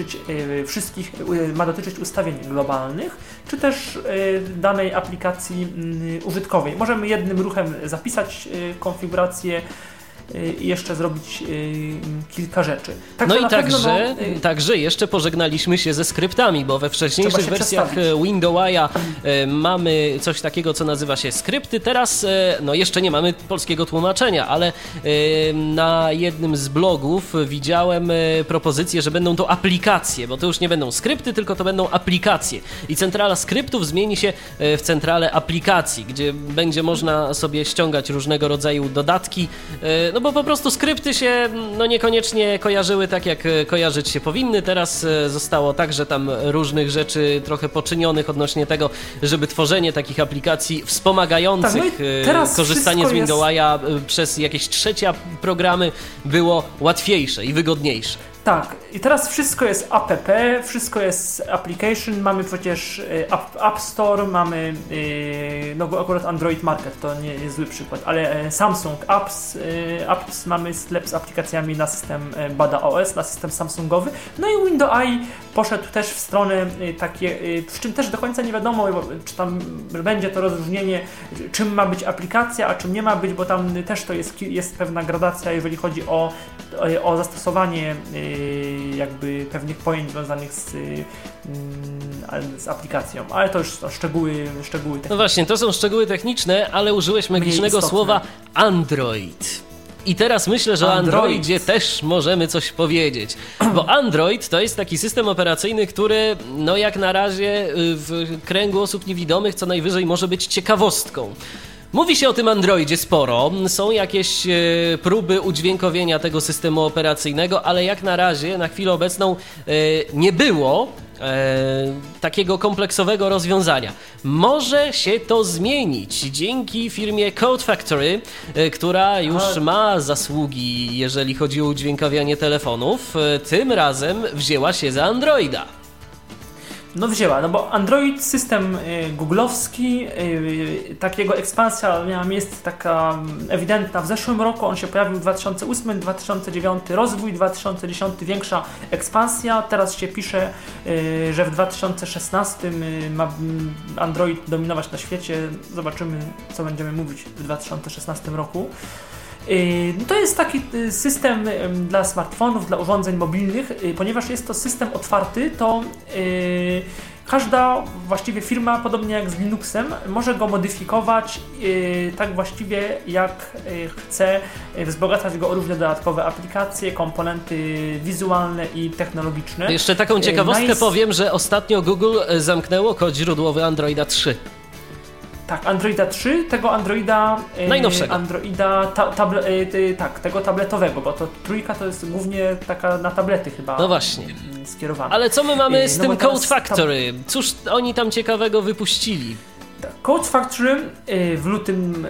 S3: ma dotyczyć ustawień globalnych, czy też danej aplikacji użytkowej. Możemy jednym ruchem zapisać konfigurację i jeszcze zrobić kilka rzeczy.
S2: No i także jeszcze pożegnaliśmy się ze skryptami, bo we wcześniejszych wersjach Windowsa mamy coś takiego, co nazywa się skrypty. Teraz jeszcze nie mamy polskiego tłumaczenia, ale na jednym z blogów widziałem propozycję, że będą to aplikacje, bo to już nie będą skrypty, tylko to będą aplikacje. I centrala skryptów zmieni się w centralę aplikacji, gdzie będzie można sobie ściągać różnego rodzaju dodatki. No bo po prostu skrypty się niekoniecznie kojarzyły tak, jak kojarzyć się powinny. Teraz zostało także tam różnych rzeczy trochę poczynionych odnośnie tego, żeby tworzenie takich aplikacji wspomagających korzystanie z Windowsa przez jakieś trzecie programy było łatwiejsze i wygodniejsze.
S3: Tak, i teraz wszystko jest app, wszystko jest application, mamy przecież App Store, mamy, akurat Android Market to nie jest zły przykład, ale Samsung Apps, mamy sklep z aplikacjami na system Bada OS, na system samsungowy, no i Windows poszedł też w stronę takie, w czym też do końca nie wiadomo, czy tam będzie to rozróżnienie, czym ma być aplikacja, a czym nie ma być, bo tam też to jest pewna gradacja, jeżeli chodzi o zastosowanie jakby pewnych pojęć związanych z aplikacją, ale to już są szczegóły techniczne. No
S2: właśnie, to są szczegóły techniczne, ale użyłeś magicznego słowa Android. I teraz myślę, że o Androidzie też możemy coś powiedzieć, bo Android to jest taki system operacyjny, który jak na razie w kręgu osób niewidomych co najwyżej może być ciekawostką. Mówi się o tym Androidzie sporo, są jakieś próby udźwiękowienia tego systemu operacyjnego, ale jak na razie, na chwilę obecną nie było takiego kompleksowego rozwiązania. Może się to zmienić dzięki firmie Code Factory, która już ma zasługi, jeżeli chodzi o udźwiękawianie telefonów. Tym razem wzięła się za Androida.
S3: No wzięła, no bo Android, system googlowski, takiego ekspansja miała miejsce taka ewidentna w zeszłym roku, on się pojawił w 2008, 2009 rozwój, 2010 większa ekspansja, teraz się pisze, że w 2016 ma Android dominować na świecie, zobaczymy co będziemy mówić w 2016 roku. To jest taki system dla smartfonów, dla urządzeń mobilnych, ponieważ jest to system otwarty, to każda właściwie firma, podobnie jak z Linuxem, może go modyfikować tak właściwie jak chce, wzbogacać go o różne dodatkowe aplikacje, komponenty wizualne i technologiczne.
S2: Jeszcze taką ciekawostkę powiem, że ostatnio Google zamknęło kod źródłowy Androida 3.
S3: Tak, Androida 3, tego Androida
S2: najnowszego.
S3: Androida tego tabletowego, bo to trójka to jest głównie taka na tablety chyba.
S2: No właśnie.
S3: Skierowana.
S2: Ale co my mamy z tym Code Factory? Cóż oni tam ciekawego wypuścili?
S3: Code Factory w lutym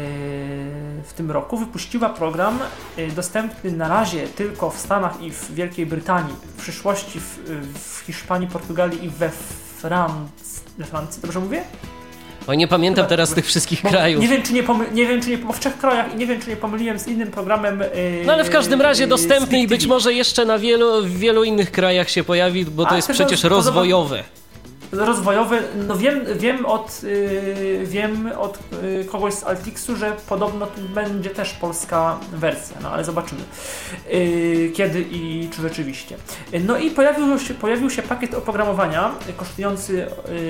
S3: w tym roku wypuściła program dostępny na razie tylko w Stanach i w Wielkiej Brytanii, w przyszłości w Hiszpanii, Portugalii i we Francji, dobrze mówię?
S2: O, nie pamiętam teraz tych wszystkich krajów.
S3: Nie wiem, czy nie w 3 krajach i nie wiem, czy nie pomyliłem z innym programem.
S2: No ale w każdym razie dostępny i być może jeszcze w wielu innych krajach się pojawi, bo to jest przecież rozwojowe.
S3: Rozwojowy, no wiem od kogoś z Altixu, że podobno będzie też polska wersja, no ale zobaczymy kiedy i czy rzeczywiście. No i pojawił się pakiet oprogramowania kosztujący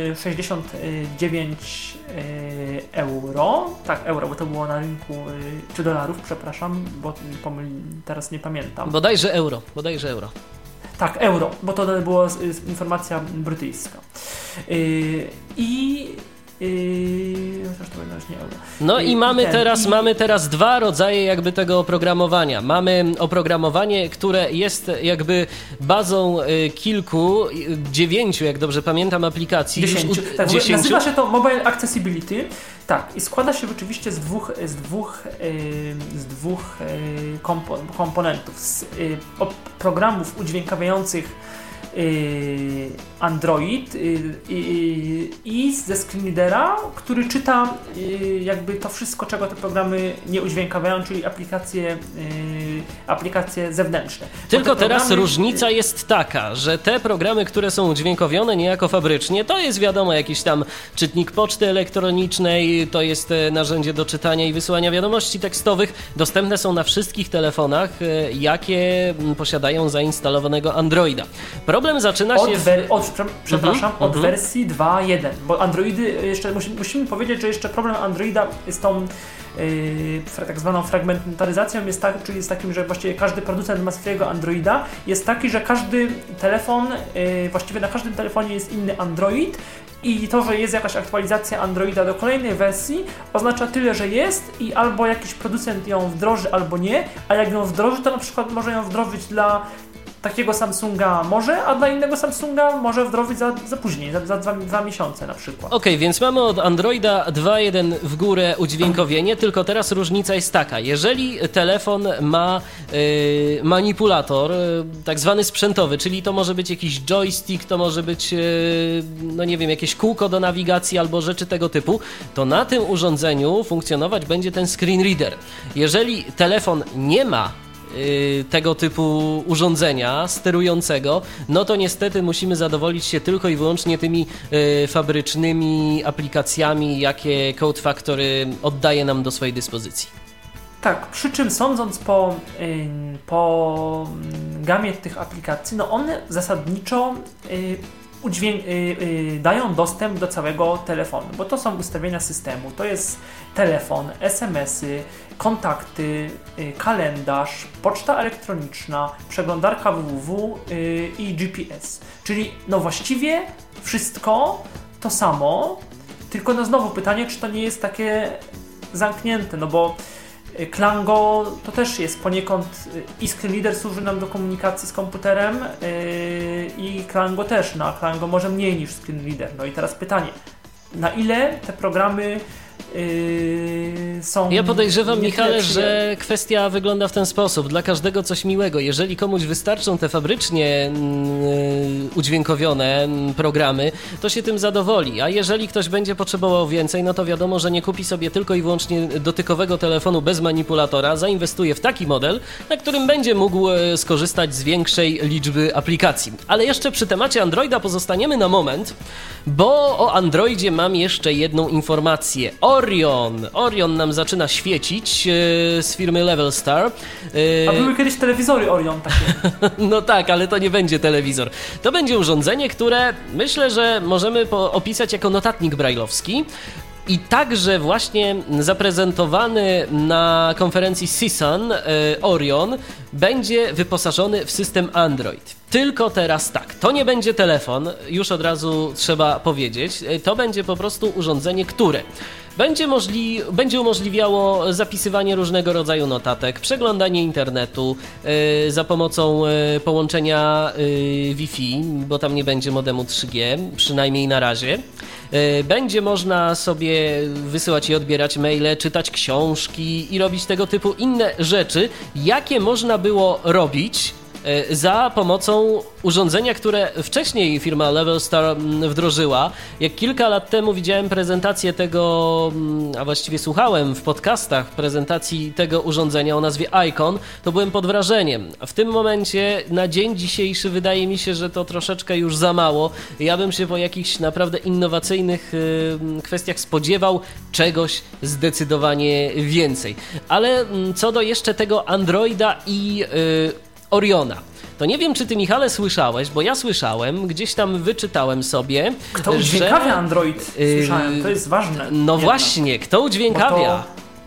S3: 69 euro, tak euro, bo to było na rynku, czy dolarów, przepraszam, bo teraz nie pamiętam.
S2: Bodajże euro.
S3: Tak, euro, bo to była informacja brytyjska. Chociaż to będzie nie euro.
S2: No i mamy teraz dwa rodzaje jakby tego oprogramowania. Mamy oprogramowanie, które jest jakby bazą 9, jak dobrze pamiętam, aplikacji.
S3: 10. Tak, 10. Nazywa się to Mobile Accessibility. Tak, i składa się oczywiście z dwóch komponentów. Z programów udźwiękawiających Android i ze screenreadera, który czyta jakby to wszystko, czego te programy nie udźwiękawiają, czyli aplikacje zewnętrzne.
S2: Tylko teraz różnica jest taka, że te programy, które są udźwiękowione niejako fabrycznie, to jest wiadomo jakiś tam czytnik poczty elektronicznej, to jest narzędzie do czytania i wysyłania wiadomości tekstowych, dostępne są na wszystkich telefonach, jakie posiadają zainstalowanego Androida. Problem zaczyna się
S3: od wersji 2.1, bo Androidy, jeszcze musimy powiedzieć, że jeszcze problem Androida z tą tak zwaną fragmentaryzacją czyli jest takim, że właściwie każdy producent ma swojego Androida, jest taki, że każdy telefon, właściwie na każdym telefonie jest inny Android i to, że jest jakaś aktualizacja Androida do kolejnej wersji, oznacza tyle, że jest i albo jakiś producent ją wdroży, albo nie, a jak ją wdroży, to na przykład może ją wdrożyć dla takiego Samsunga może, a dla innego Samsunga może wdrożyć za później, za 2 miesiące na przykład.
S2: Okej, więc mamy od Androida 2.1 w górę udźwiękowienie, tylko teraz różnica jest taka, jeżeli telefon ma manipulator, tak zwany sprzętowy, czyli to może być jakiś joystick, to może być, no nie wiem, jakieś kółko do nawigacji albo rzeczy tego typu, to na tym urządzeniu funkcjonować będzie ten screen reader. Jeżeli telefon nie ma tego typu urządzenia sterującego, no to niestety musimy zadowolić się tylko i wyłącznie tymi fabrycznymi aplikacjami, jakie Code Factory oddaje nam do swojej dyspozycji.
S3: Tak, przy czym sądząc po gamie tych aplikacji, no one zasadniczo dają dostęp do całego telefonu, bo to są ustawienia systemu, to jest telefon, SMS-y, kontakty, kalendarz, poczta elektroniczna, przeglądarka www i GPS. Czyli no właściwie wszystko to samo, tylko no znowu pytanie, czy to nie jest takie zamknięte, no bo Klango to też jest poniekąd i screen reader służy nam do komunikacji z komputerem i Klango też, no a Klango może mniej niż screen reader. No i teraz pytanie, na ile te programy są...
S2: Ja podejrzewam, Michale, że kwestia wygląda w ten sposób. Dla każdego coś miłego. Jeżeli komuś wystarczą te fabrycznie udźwiękowione programy, to się tym zadowoli. A jeżeli ktoś będzie potrzebował więcej, no to wiadomo, że nie kupi sobie tylko i wyłącznie dotykowego telefonu bez manipulatora, zainwestuje w taki model, na którym będzie mógł skorzystać z większej liczby aplikacji. Ale jeszcze przy temacie Androida pozostaniemy na moment, bo o Androidzie mam jeszcze jedną informację. Orion nam zaczyna świecić z firmy Levelstar.
S3: A były kiedyś telewizory Orion takie.
S2: No tak, ale to nie będzie telewizor. To będzie urządzenie, które myślę, że możemy opisać jako notatnik brajlowski. I także właśnie zaprezentowany na konferencji CSUN Orion będzie wyposażony w system Android. Tylko teraz tak, to nie będzie telefon, już od razu trzeba powiedzieć, to będzie po prostu urządzenie, które będzie umożliwiało zapisywanie różnego rodzaju notatek, przeglądanie internetu za pomocą połączenia Wi-Fi, bo tam nie będzie modemu 3G, przynajmniej na razie. Będzie można sobie wysyłać i odbierać maile, czytać książki i robić tego typu inne rzeczy, jakie można było robić za pomocą urządzenia, które wcześniej firma Levelstar wdrożyła. Jak kilka lat temu widziałem prezentację tego, a właściwie słuchałem w podcastach prezentacji tego urządzenia o nazwie Icon, to byłem pod wrażeniem. W tym momencie, na dzień dzisiejszy, wydaje mi się, że to troszeczkę już za mało. Ja bym się po jakichś naprawdę innowacyjnych kwestiach spodziewał czegoś zdecydowanie więcej. Ale co do jeszcze tego Androida i Oriona. To nie wiem, czy ty, Michale, słyszałeś, bo ja słyszałem, gdzieś tam wyczytałem sobie,
S3: kto udźwiękawia Android? Słyszałem, to jest ważne.
S2: No właśnie, kto udźwiękawia?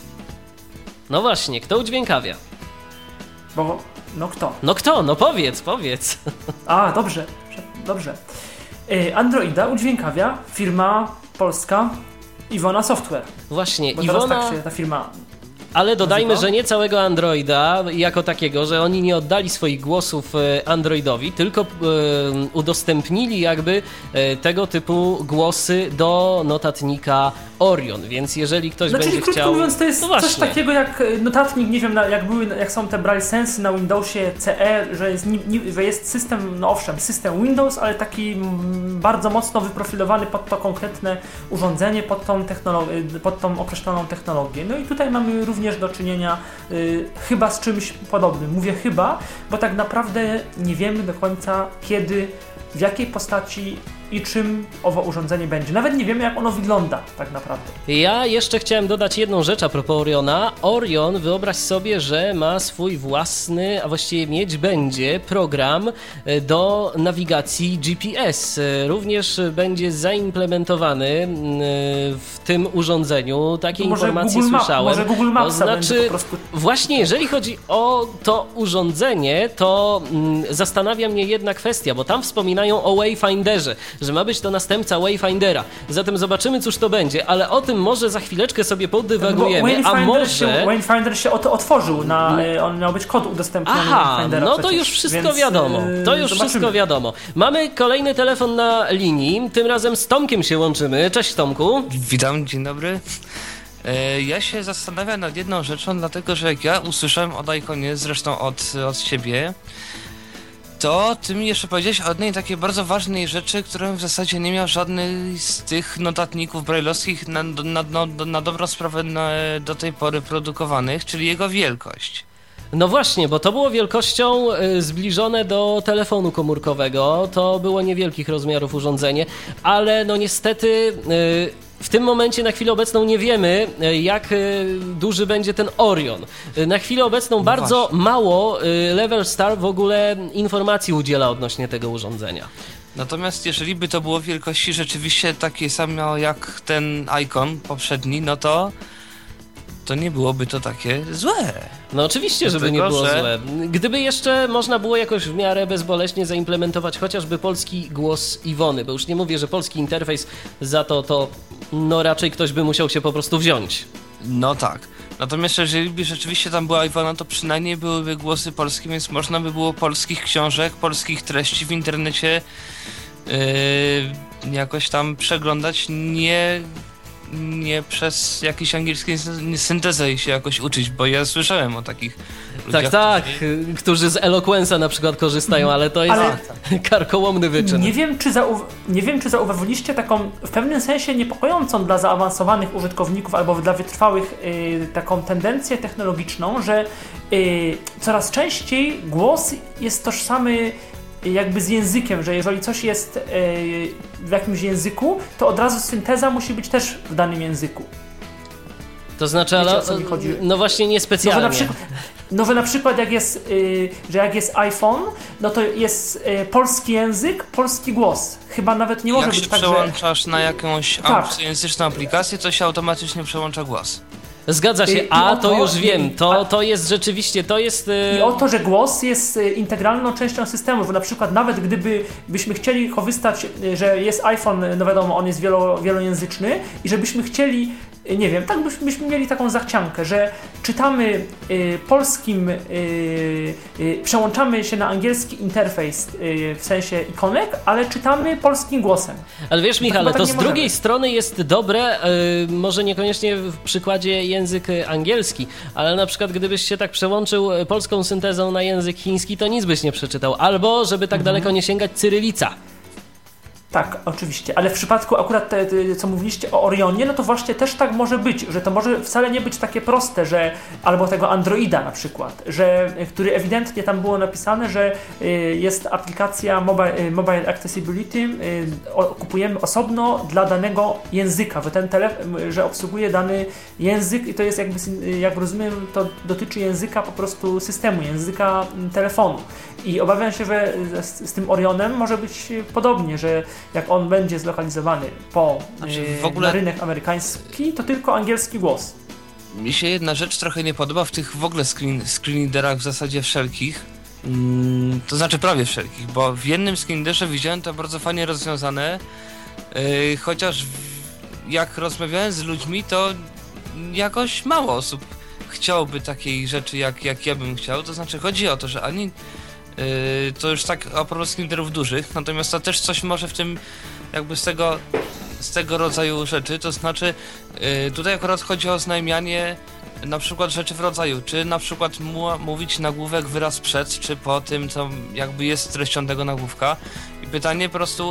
S2: No właśnie, kto udźwiękawia?
S3: Bo, no kto?
S2: No kto? No powiedz.
S3: A, dobrze. Androida udźwiękawia firma polska Iwona Software.
S2: Właśnie,
S3: bo
S2: Iwona...
S3: teraz tak się ta firma...
S2: Ale dodajmy, że nie całego Androida jako takiego, że oni nie oddali swoich głosów Androidowi, tylko udostępnili jakby tego typu głosy do notatnika Orion, więc jeżeli ktoś będzie
S3: krótko
S2: chciał...
S3: mówiąc, to jest coś takiego jak notatnik, nie wiem, jak są te Braille Sensy na Windowsie CE, że jest system, no owszem, system Windows, ale taki bardzo mocno wyprofilowany pod to konkretne urządzenie, pod tą określoną technologię. No i tutaj mamy również do czynienia chyba z czymś podobnym. Mówię chyba, bo tak naprawdę nie wiemy do końca kiedy, w jakiej postaci i czym owo urządzenie będzie. Nawet nie wiemy, jak ono wygląda tak naprawdę. Ja
S2: jeszcze chciałem dodać jedną rzecz a propos Oriona. Orion, wyobraź sobie, że ma swój własny, a właściwie mieć będzie program do nawigacji GPS. Również będzie zaimplementowany w tym urządzeniu. Takie informacje słyszałem.
S3: Może Google Maps
S2: będzie po prostu... Właśnie, jeżeli chodzi o to urządzenie, to zastanawia mnie jedna kwestia, bo tam wspominają o Wayfinderze, że ma być to następca Wayfindera. Zatem zobaczymy, cóż to będzie, ale o tym może za chwileczkę sobie podywagujemy,
S3: Wayfinder się otworzył, on miał być kod udostępniony.
S2: Aha, no to już wszystko wiadomo. Wszystko wiadomo. Mamy kolejny telefon na linii, tym razem z Tomkiem się łączymy. Cześć, Tomku.
S5: Witam, dzień dobry. Ja się zastanawiam nad jedną rzeczą, dlatego że jak ja usłyszałem o Iconie, zresztą od ciebie, to ty mi jeszcze powiedziałeś o jednej takiej bardzo ważnej rzeczy, którą w zasadzie nie miał żadnej z tych notatników brajlowskich na dobrą sprawę do tej pory produkowanych, czyli jego wielkość.
S2: No właśnie, bo to było wielkością zbliżone do telefonu komórkowego, to było niewielkich rozmiarów urządzenie, ale no niestety... W tym momencie na chwilę obecną nie wiemy, jak duży będzie ten Orion. Na chwilę obecną bardzo mało Levelstar w ogóle informacji udziela odnośnie tego urządzenia.
S5: Natomiast jeżeli by to było wielkości rzeczywiście takie samo jak ten Icon poprzedni, no to nie byłoby to takie złe.
S2: No oczywiście, żeby nie było złe. Gdyby jeszcze można było jakoś w miarę bezboleśnie zaimplementować chociażby polski głos Iwony, bo już nie mówię, że polski interfejs za to no raczej ktoś by musiał się po prostu wziąć.
S5: No tak. Natomiast jeżeli by rzeczywiście tam była Iwona, to przynajmniej byłyby głosy polskie, więc można by było polskich książek, polskich treści w internecie jakoś tam przeglądać, nie przez jakieś angielskie syntezę i się jakoś uczyć, bo ja słyszałem o takich ludziach.
S2: Tak, którzy z Eloquence'a na przykład korzystają, ale to jest karkołomny wyczyn.
S3: Nie wiem, czy zauważyliście taką w pewnym sensie niepokojącą dla zaawansowanych użytkowników albo dla wytrwałych taką tendencję technologiczną, że coraz częściej głos jest tożsamy jakby z językiem, że jeżeli coś jest w jakimś języku, to od razu synteza musi być też w danym języku.
S2: To znaczy, ale no właśnie niespecjalnie.
S3: Że na przykład jak jest, że jak jest iPhone, no to jest polski język, polski głos. Chyba nawet nie może być tak, że...
S5: Jak się przełączasz na jakąś języczną aplikację, to się automatycznie przełącza głos.
S2: Zgadza się, to już wiem, to jest rzeczywiście, to jest...
S3: I o to, że głos jest integralną częścią systemu, bo na przykład nawet gdybyśmy chcieli korzystać, że jest iPhone, no wiadomo, on jest wielojęzyczny i żebyśmy chcieli, nie wiem, tak byśmy mieli taką zachciankę, że czytamy polskim, przełączamy się na angielski interfejs w sensie ikonek, ale czytamy polskim głosem.
S2: Ale wiesz, Michale, to z drugiej strony jest dobre, może niekoniecznie w przykładzie język angielski, ale na przykład gdybyś się tak przełączył polską syntezą na język chiński, to nic byś nie przeczytał. Albo, żeby tak daleko nie sięgać, cyrylica.
S3: Tak, oczywiście, ale w przypadku akurat co mówiliście o Orionie, no to właśnie też tak może być, że to może wcale nie być takie proste, że albo tego Androida na przykład, który ewidentnie tam było napisane, że jest aplikacja Mobile Accessibility, kupujemy osobno dla danego języka, że ten telefon, że obsługuje dany język i to jest jakby, jak rozumiem, to dotyczy języka po prostu systemu, języka telefonu. I obawiam się, że z tym Orionem może być podobnie, że jak on będzie zlokalizowany na rynek amerykański, to tylko angielski głos.
S5: Mi się jedna rzecz trochę nie podoba w tych w ogóle screenreaderach w zasadzie wszelkich, to znaczy prawie wszelkich, bo w jednym screenreaderze widziałem to bardzo fajnie rozwiązane, chociaż jak rozmawiałem z ludźmi, to jakoś mało osób chciałoby takiej rzeczy jak ja bym chciał, to znaczy chodzi o to, że ani to już tak a propos screenreaderów dużych, natomiast to też coś może w tym jakby z tego rodzaju rzeczy, to znaczy tutaj akurat chodzi o oznajmianie na przykład rzeczy w rodzaju, czy na przykład mówić nagłówek wyraz przed, czy po tym, co jakby jest treścią tego nagłówka i pytanie po prostu,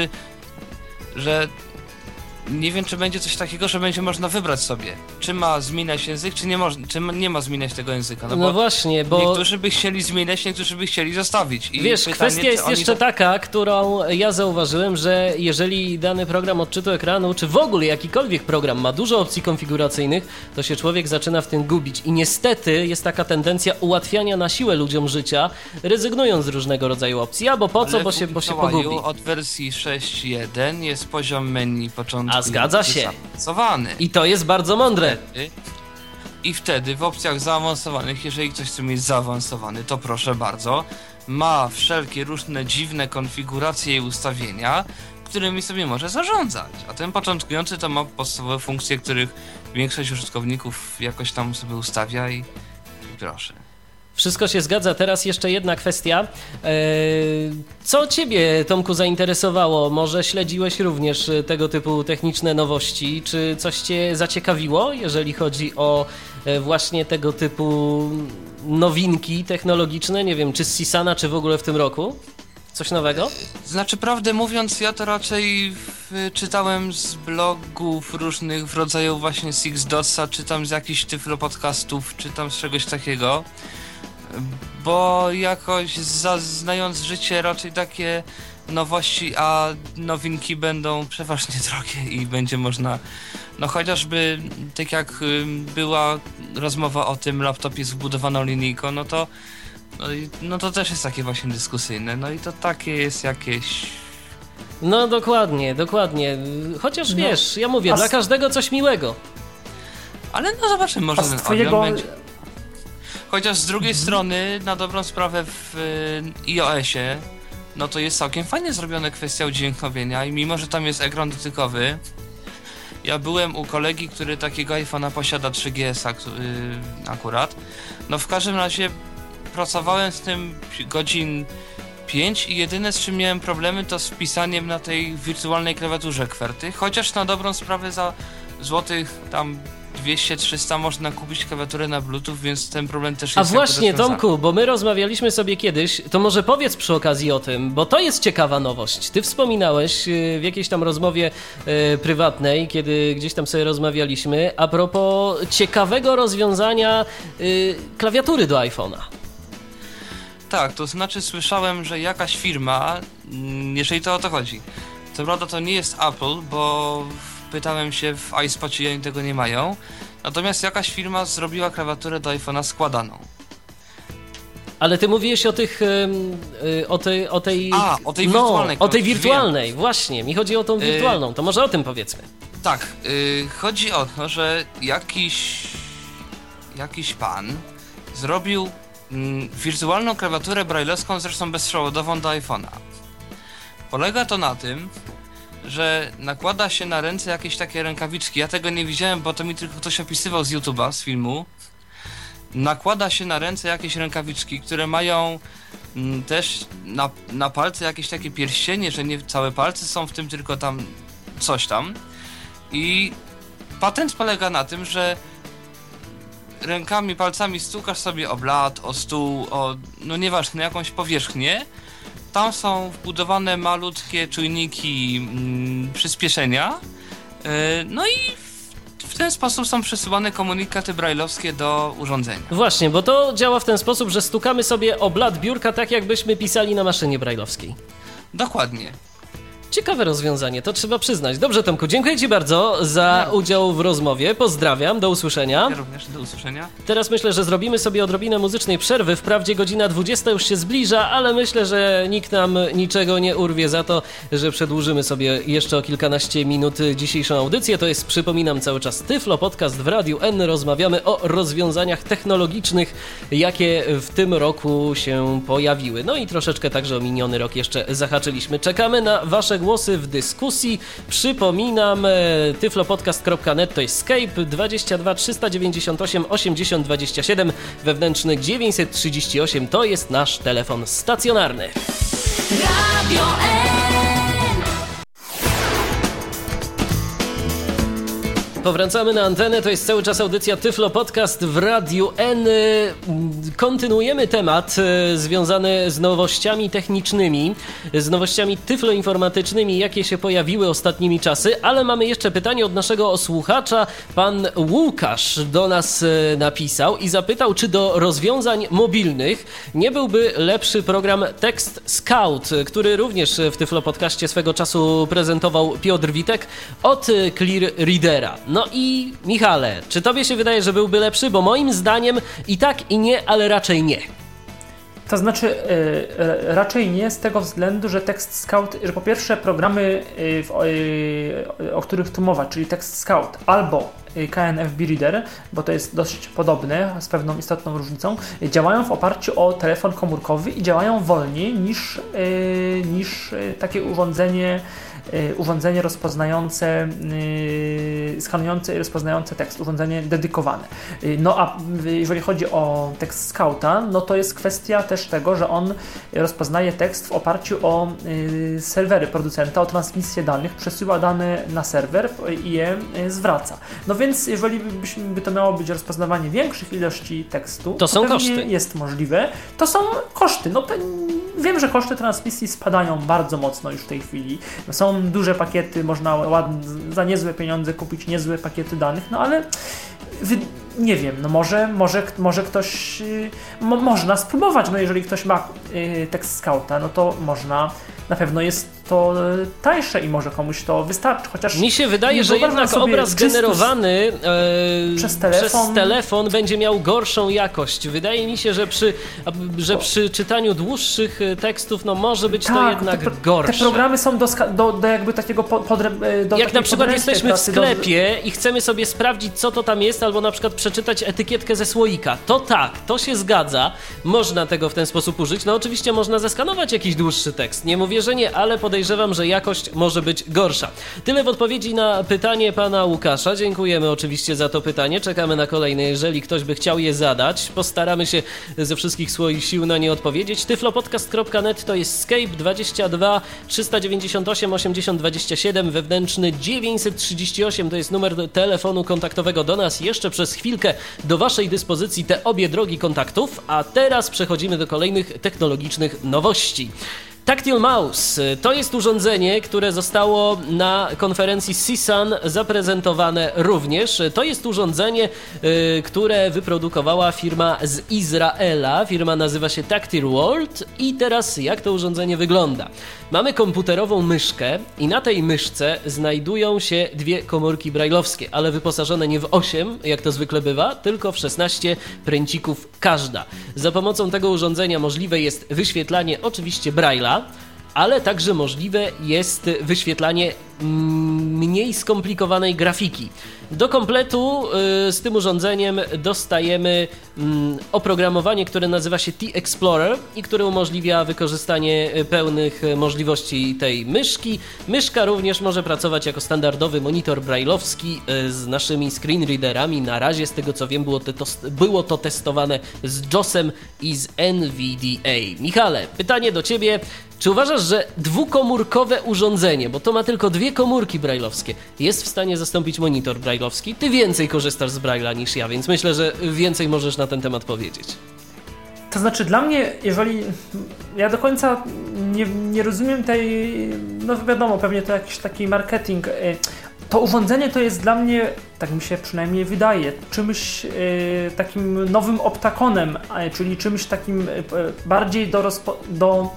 S5: że nie wiem, czy będzie coś takiego, że będzie można wybrać sobie, czy ma zmieniać język, czy nie ma zmieniać tego języka.
S2: No właśnie, bo...
S5: Niektórzy by chcieli zmieniać, niektórzy by chcieli zostawić. I
S2: wiesz,
S5: pytanie,
S2: kwestia jest jeszcze taka, którą ja zauważyłem, że jeżeli dany program odczytu ekranu, czy w ogóle jakikolwiek program ma dużo opcji konfiguracyjnych, to się człowiek zaczyna w tym gubić. I niestety jest taka tendencja ułatwiania na siłę ludziom życia, rezygnując z różnego rodzaju opcji. Albo po co, bo się pogubi.
S5: Od wersji 6.1 jest poziom menu początku.
S2: A zgadza się.
S5: Zaawansowany.
S2: I to jest bardzo mądre.
S5: I wtedy w opcjach zaawansowanych, jeżeli ktoś chce mieć zaawansowany, to proszę bardzo, ma wszelkie różne dziwne konfiguracje i ustawienia, którymi sobie może zarządzać. A ten początkujący to ma podstawowe funkcje, których większość użytkowników jakoś tam sobie ustawia i proszę.
S2: Wszystko się zgadza. Teraz jeszcze jedna kwestia. Co Ciebie, Tomku, zainteresowało? Może śledziłeś również tego typu techniczne nowości? Czy coś Cię zaciekawiło, jeżeli chodzi o właśnie tego typu nowinki technologiczne? Nie wiem, czy z Sisana, czy w ogóle w tym roku? Coś nowego?
S5: Znaczy, prawdę mówiąc, ja to raczej czytałem z blogów różnych w rodzaju właśnie SixDotsa, czytam z jakichś tyflo podcastów, czytam z czegoś takiego. Bo jakoś znając życie raczej takie nowości, a nowinki będą przeważnie drogie i będzie można, no chociażby tak jak była rozmowa o tym laptopie z wbudowaną linijką, no to też jest takie właśnie dyskusyjne, no i to takie jest jakieś...
S2: No dokładnie. Chociaż wiesz, ja mówię, dla każdego coś miłego.
S5: Ale no zobaczymy, może ten Orion będzie... Chociaż z drugiej strony, na dobrą sprawę w iOSie, no to jest całkiem fajnie zrobiona kwestia udźwiękowienia i mimo, że tam jest ekran dotykowy, Ja byłem u kolegi, który takiego iPhone'a posiada 3GS-a akurat. No w każdym razie pracowałem z tym godzin 5 i jedyne z czym miałem problemy to z wpisaniem na tej wirtualnej klawiaturze QWERTY, chociaż na dobrą sprawę za złotych tam 200-300 można kupić klawiaturę na Bluetooth, więc ten problem też jest.
S2: A właśnie, Tomku, bo my rozmawialiśmy sobie kiedyś, to może powiedz przy okazji o tym, bo to jest ciekawa nowość. Ty wspominałeś w jakiejś tam rozmowie prywatnej, kiedy gdzieś tam sobie rozmawialiśmy, a propos ciekawego rozwiązania klawiatury do iPhone'a.
S5: Tak, to znaczy słyszałem, że jakaś firma, jeżeli to o to chodzi, co prawda to nie jest Apple, bo pytałem się w iSpocie i oni tego nie mają, natomiast jakaś firma zrobiła klawiaturę do iPhone'a składaną.
S2: Ale ty mówiłeś o tych, o tej
S5: wirtualnej.
S2: O tej wirtualnej, właśnie, mi chodzi o tą wirtualną, to może o tym powiedzmy.
S5: Tak, chodzi o to, że jakiś pan zrobił wirtualną klawiaturę brailleowską, zresztą bezprzewodową do iPhone'a. Polega to na tym, że nakłada się na ręce jakieś takie rękawiczki. Ja tego nie widziałem, bo to mi tylko ktoś opisywał z YouTube'a, z filmu. Nakłada się na ręce jakieś rękawiczki, które mają też na palce jakieś takie pierścienie, że nie całe palce są w tym, tylko tam coś tam. I patent polega na tym, że rękami, palcami stukasz sobie o blat, o stół, no nieważne, jakąś powierzchnię. Tam są wbudowane malutkie czujniki przyspieszenia. No i w ten sposób są przesyłane komunikaty brailleowskie do urządzenia.
S2: Właśnie, bo to działa w ten sposób, że stukamy sobie o blat biurka tak, jakbyśmy pisali na maszynie brailleowskiej.
S5: Dokładnie.
S2: Ciekawe rozwiązanie, to trzeba przyznać. Dobrze, Tomku, dziękuję Ci bardzo za udział w rozmowie. Pozdrawiam, do usłyszenia.
S5: Ja również, do usłyszenia.
S2: Teraz myślę, że zrobimy sobie odrobinę muzycznej przerwy. Wprawdzie godzina 20 już się zbliża, ale myślę, że nikt nam niczego nie urwie za to, że przedłużymy sobie jeszcze o kilkanaście minut dzisiejszą audycję. To jest, przypominam, cały czas Tyflo Podcast w Radiu N. Rozmawiamy o rozwiązaniach technologicznych, jakie w tym roku się pojawiły. No i troszeczkę także o miniony rok jeszcze zahaczyliśmy. Czekamy na Wasze głosy w dyskusji. Przypominam, tyflopodcast.net to jest Skype 22 398 80 27, wewnętrzny 938 to jest nasz telefon stacjonarny. Radio Powracamy na antenę, to jest cały czas audycja Tyflo Podcast w Radiu N. Kontynuujemy temat związany z nowościami technicznymi, z nowościami tyfloinformatycznymi, jakie się pojawiły ostatnimi czasy, ale mamy jeszcze pytanie od naszego słuchacza. Pan Łukasz do nas napisał i zapytał, czy do rozwiązań mobilnych nie byłby lepszy program Text Scout, który również w Tyflo Podcaście swego czasu prezentował Piotr Witek od Clear Readera. No i Michale, czy tobie się wydaje, że byłby lepszy? Bo moim zdaniem i tak i nie, ale raczej nie.
S3: To znaczy raczej nie z tego względu, że Text Scout, że po pierwsze programy, o których tu mowa, czyli Text Scout albo KNFB Reader, bo to jest dość podobne, z pewną istotną różnicą, działają w oparciu o telefon komórkowy i działają wolniej niż takie urządzenie rozpoznające, skanujące i rozpoznające tekst, urządzenie dedykowane. No a jeżeli chodzi o Text Scouta, no to jest kwestia też tego, że on rozpoznaje tekst w oparciu o serwery producenta, o transmisję danych, przesyła dane na serwer i je zwraca. No więc jeżeli by to miało być rozpoznawanie większych ilości tekstu,
S2: to są koszty.
S3: Jest możliwe. To są koszty. No wiem, że koszty transmisji spadają bardzo mocno już w tej chwili. Są duże pakiety, można za niezłe pieniądze kupić niezłe pakiety danych, no ale nie wiem, no może ktoś, można spróbować, no jeżeli ktoś ma Text Scouta, no to można, na pewno jest to tańsze i może komuś to wystarczy, chociaż
S2: mi się wydaje, że jednak obraz generowany przez telefon będzie miał gorszą jakość. Wydaje mi się, że przy czytaniu dłuższych tekstów no może być to jednak gorsze.
S3: Te programy są do jakby takiego
S2: jak na przykład jesteśmy w sklepie i chcemy sobie sprawdzić, co to tam jest, albo na przykład przeczytać etykietkę ze słoika. To tak, to się zgadza, można tego w ten sposób użyć. No oczywiście można zeskanować jakiś dłuższy tekst, nie mówię, że nie, ale podejrzewam, że jakość może być gorsza. Tyle w odpowiedzi na pytanie pana Łukasza. Dziękujemy oczywiście za to pytanie, czekamy na kolejne, jeżeli ktoś by chciał je zadać. Postaramy się ze wszystkich swoich sił na nie odpowiedzieć. tyflopodcast.net to jest Skype 22 398 80 27, wewnętrzny 938 to jest numer telefonu kontaktowego do nas. Jeszcze przez chwilkę do waszej dyspozycji te obie drogi kontaktów, a teraz przechodzimy do kolejnych technologicznych nowości. Tactile Mouse to jest urządzenie, które zostało na konferencji CSUN zaprezentowane również. To jest urządzenie, które wyprodukowała firma z Izraela. Firma nazywa się Tactile World i teraz jak to urządzenie wygląda? Mamy komputerową myszkę i na tej myszce znajdują się dwie komórki brajlowskie, ale wyposażone nie w 8, jak to zwykle bywa, tylko w 16 pręcików każda. Za pomocą tego urządzenia możliwe jest wyświetlanie oczywiście brajla, ale także możliwe jest wyświetlanie mniej skomplikowanej grafiki. Do kompletu z tym urządzeniem dostajemy oprogramowanie, które nazywa się T-Explorer i które umożliwia wykorzystanie pełnych możliwości tej myszki. Myszka również może pracować jako standardowy monitor brajlowski z naszymi screenreaderami. Na razie, z tego co wiem, było to testowane z JOS-em i z NVDA. Michale, pytanie do ciebie. Czy uważasz, że dwukomórkowe urządzenie, bo to ma tylko dwie komórki brajlowskie, jest w stanie zastąpić monitor brajlowski? Ty więcej korzystasz z brajla niż ja, więc myślę, że więcej możesz na ten temat powiedzieć.
S3: To znaczy dla mnie, jeżeli ja do końca nie rozumiem tej, no wiadomo, pewnie to jakiś taki marketing, to urządzenie to jest dla mnie, tak mi się przynajmniej wydaje, czymś takim nowym optakonem, czyli czymś takim bardziej do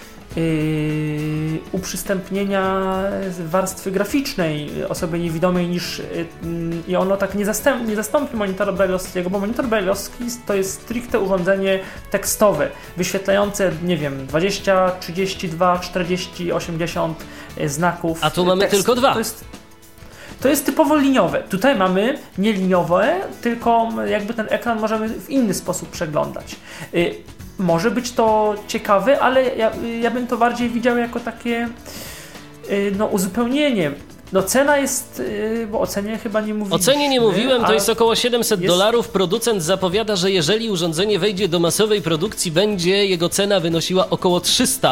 S3: uprzystępnienia warstwy graficznej osoby niewidomej niż i ono tak nie zastąpi monitora brajlowskiego, bo monitor brajlowski to jest stricte urządzenie tekstowe, wyświetlające, nie wiem, 20, 32, 40, 80 znaków.
S2: A tu mamy tylko dwa.
S3: To jest typowo liniowe. Tutaj mamy nie liniowe, tylko jakby ten ekran możemy w inny sposób przeglądać. Może być to ciekawe, ale ja bym to bardziej widział jako takie uzupełnienie. No cena jest, bo o cenie chyba nie mówiliśmy.
S2: O cenie nie mówiłem, to jest około $700. Producent zapowiada, że jeżeli urządzenie wejdzie do masowej produkcji, będzie jego cena wynosiła około $300.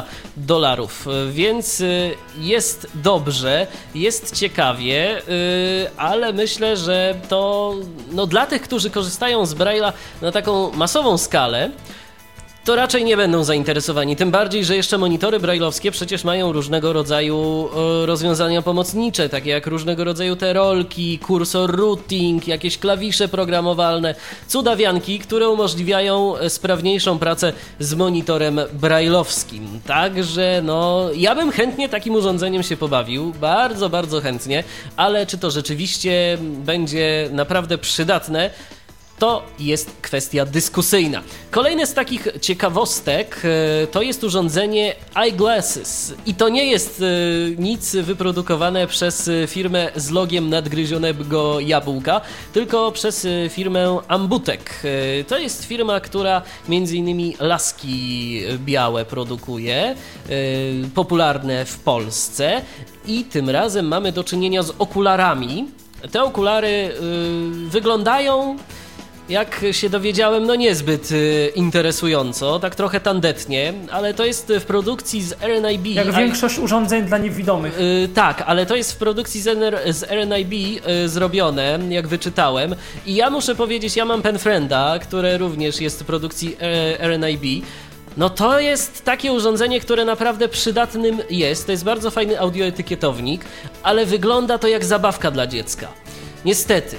S2: Więc jest dobrze, jest ciekawie, ale myślę, że to dla tych, którzy korzystają z Braille'a na taką masową skalę, to raczej nie będą zainteresowani. Tym bardziej, że jeszcze monitory brajlowskie przecież mają różnego rodzaju rozwiązania pomocnicze, takie jak różnego rodzaju te rolki, kursor routing, jakieś klawisze programowalne, cudawianki, które umożliwiają sprawniejszą pracę z monitorem brajlowskim. Także ja bym chętnie takim urządzeniem się pobawił, bardzo, bardzo chętnie, ale czy to rzeczywiście będzie naprawdę przydatne, to jest kwestia dyskusyjna. Kolejne z takich ciekawostek to jest urządzenie Eyeglasses. I to nie jest nic wyprodukowane przez firmę z logiem nadgryzionego jabłka, tylko przez firmę Ambutek. To jest firma, która m.in. laski białe produkuje, popularne w Polsce. I tym razem mamy do czynienia z okularami. Te okulary wyglądają, jak się dowiedziałem, niezbyt interesująco, tak trochę tandetnie, ale to jest w produkcji z RNIB.
S3: Jak większość urządzeń dla niewidomych.
S2: Tak, ale to jest w produkcji z RNIB zrobione, jak wyczytałem. I ja muszę powiedzieć, ja mam Penfrienda, które również jest w produkcji RNIB. To jest takie urządzenie, które naprawdę przydatnym jest. To jest bardzo fajny audioetykietownik, ale wygląda to jak zabawka dla dziecka. Niestety.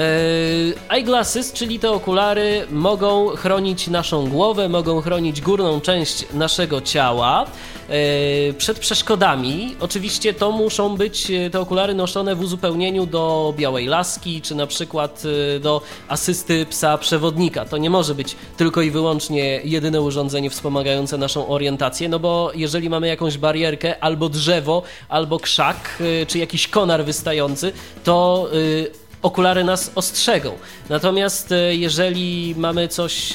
S2: Eyeglasses, czyli te okulary, mogą chronić naszą głowę, mogą chronić górną część naszego ciała przed przeszkodami. Oczywiście to muszą być te okulary noszone w uzupełnieniu do białej laski, czy na przykład do asysty psa przewodnika. To nie może być tylko i wyłącznie jedyne urządzenie wspomagające naszą orientację, bo jeżeli mamy jakąś barierkę, albo drzewo, albo krzak, czy jakiś konar wystający, to okulary nas ostrzegą. Natomiast jeżeli mamy coś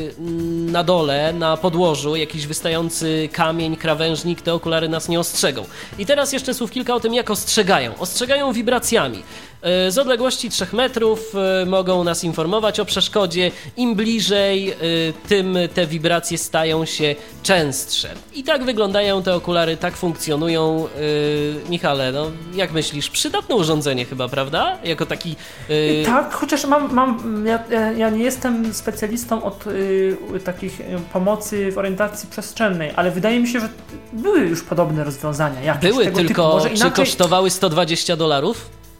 S2: na dole, na podłożu, jakiś wystający kamień, krawężnik, te okulary nas nie ostrzegą. I teraz jeszcze słów kilka o tym, jak ostrzegają. Ostrzegają wibracjami. Z odległości 3 metrów mogą nas informować o przeszkodzie. Im bliżej, tym te wibracje stają się częstsze. I tak wyglądają te okulary, tak funkcjonują. Michale, no jak myślisz? Przydatne urządzenie chyba, prawda? Jako taki...
S3: Tak, chociaż ja nie jestem specjalistą od takich pomocy w orientacji przestrzennej, ale wydaje mi się, że były już podobne rozwiązania.
S2: Były, tylko czy inaczej... kosztowały $120?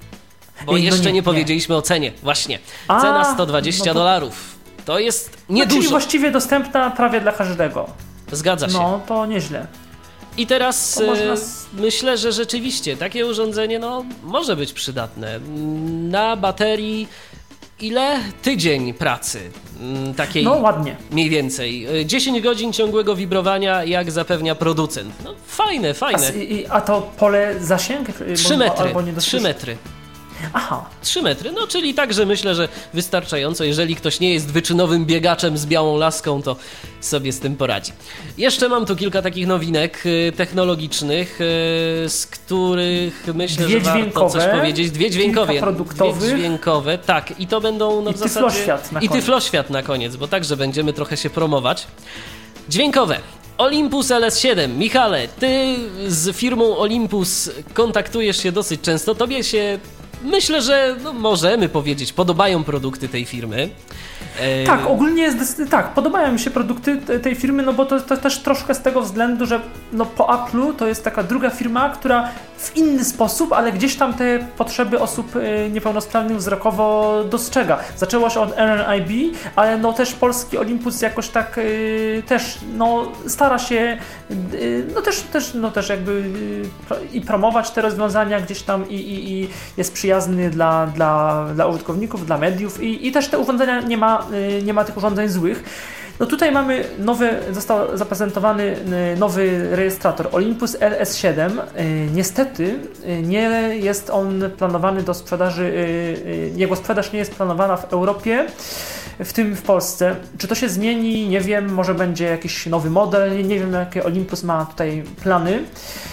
S2: Bo jeszcze nie powiedzieliśmy o cenie. Właśnie. Cena $120. To jest niedużo.
S3: Czyli właściwie dostępna prawie dla każdego.
S2: Zgadza się.
S3: No, to nieźle.
S2: I teraz myślę, że rzeczywiście takie urządzenie może być przydatne. Na baterii ile? Tydzień pracy. Takiej
S3: ładnie.
S2: Mniej więcej. 10 godzin ciągłego wibrowania, jak zapewnia producent. Fajne.
S3: A to pole zasięg?
S2: 3 metry. 3 metry.
S3: Aha.
S2: 3 metry, czyli także myślę, że wystarczająco. Jeżeli ktoś nie jest wyczynowym biegaczem z białą laską, to sobie z tym poradzi. Jeszcze mam tu kilka takich nowinek technologicznych, z których myślę, że warto coś powiedzieć. 2 dźwiękowe. 2 dźwiękowe, tak. I to będą w zasadzie... I tyfloświat na koniec, bo także będziemy trochę się promować. Dźwiękowe. Olympus LS7. Michale, ty z firmą Olympus kontaktujesz się dosyć często. Tobie się... Myślę, że możemy powiedzieć, podobają produkty tej firmy.
S3: Tak, ogólnie podobają mi się produkty tej firmy, bo to też troszkę z tego względu, że po Apple'u to jest taka druga firma, która w inny sposób, ale gdzieś tam te potrzeby osób niepełnosprawnych wzrokowo dostrzega. Zaczęło się od RNIB, ale też polski Olympus jakoś tak też stara się też jakby i promować te rozwiązania gdzieś tam i jest przyjazny dla użytkowników, dla mediów i też te urządzenia nie ma tych urządzeń złych. Tutaj został zaprezentowany nowy rejestrator Olympus LS7. Niestety nie jest on planowany do sprzedaży, jego sprzedaż nie jest planowana w Europie, w tym w Polsce. Czy to się zmieni? Nie wiem, może będzie jakiś nowy model, nie wiem jakie Olympus ma tutaj plany.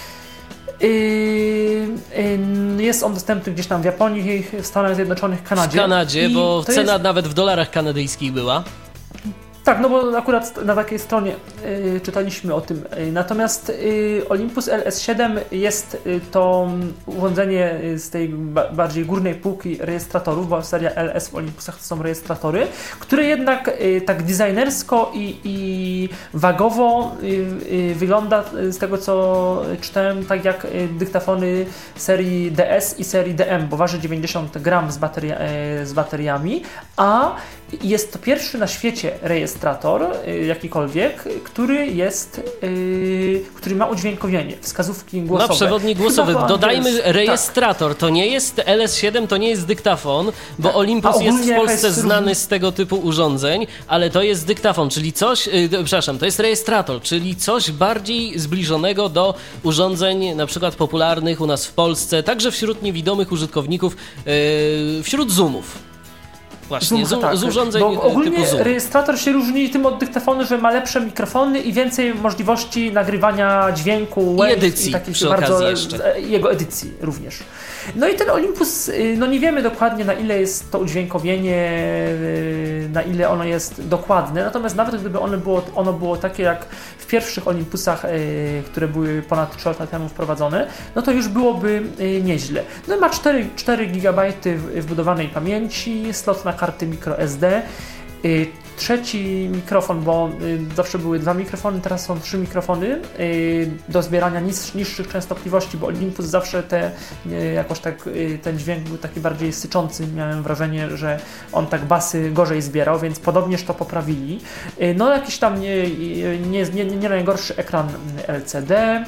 S3: Jest on dostępny gdzieś tam w Japonii, w Stanach Zjednoczonych, Kanadzie.
S2: W Kanadzie, bo cena nawet w dolarach kanadyjskich była.
S3: Tak, bo akurat na takiej stronie czytaliśmy o tym. Natomiast Olympus LS7 jest to urządzenie z tej bardziej górnej półki rejestratorów, bo seria LS w Olympusach to są rejestratory, które jednak tak designersko i wagowo wygląda, z tego co czytałem, tak jak dyktafony serii DS i serii DM, bo waży 90 gram z bateriami, a jest to pierwszy na świecie rejestrator, jakikolwiek, który ma udźwiękowienie, wskazówki głosowe.
S2: Ma przewodnik głosowy. Dodajmy rejestrator. Tak. To nie jest LS7, to nie jest dyktafon, bo tak. Olympus jest w Polsce znany z tego typu urządzeń, ale to jest dyktafon, czyli coś, to jest rejestrator, czyli coś bardziej zbliżonego do urządzeń na przykład popularnych u nas w Polsce, także wśród niewidomych użytkowników, wśród Zoomów. Właśnie, z urządzeń
S3: bo ogólnie
S2: typu Zoom.
S3: Rejestrator się różni tym od dyktafonu, że ma lepsze mikrofony i więcej możliwości nagrywania dźwięku,
S2: i edycji przy okazji jeszcze.
S3: Jego edycji również. I ten Olympus, nie wiemy dokładnie, na ile jest to udźwiękowienie, na ile ono jest dokładne, natomiast nawet gdyby ono było takie jak w pierwszych Olympusach, które były ponad 3 lata temu wprowadzone, to już byłoby nieźle. Ma 4 GB wbudowanej pamięci, slot na karty microSD, trzeci mikrofon, bo zawsze były 2 mikrofony, teraz są 3 mikrofony do zbierania niższych częstotliwości, bo Olympus zawsze ten dźwięk był taki bardziej syczący, miałem wrażenie, że on tak basy gorzej zbierał, więc podobnież to poprawili. Jakiś tam nie najgorszy ekran LCD.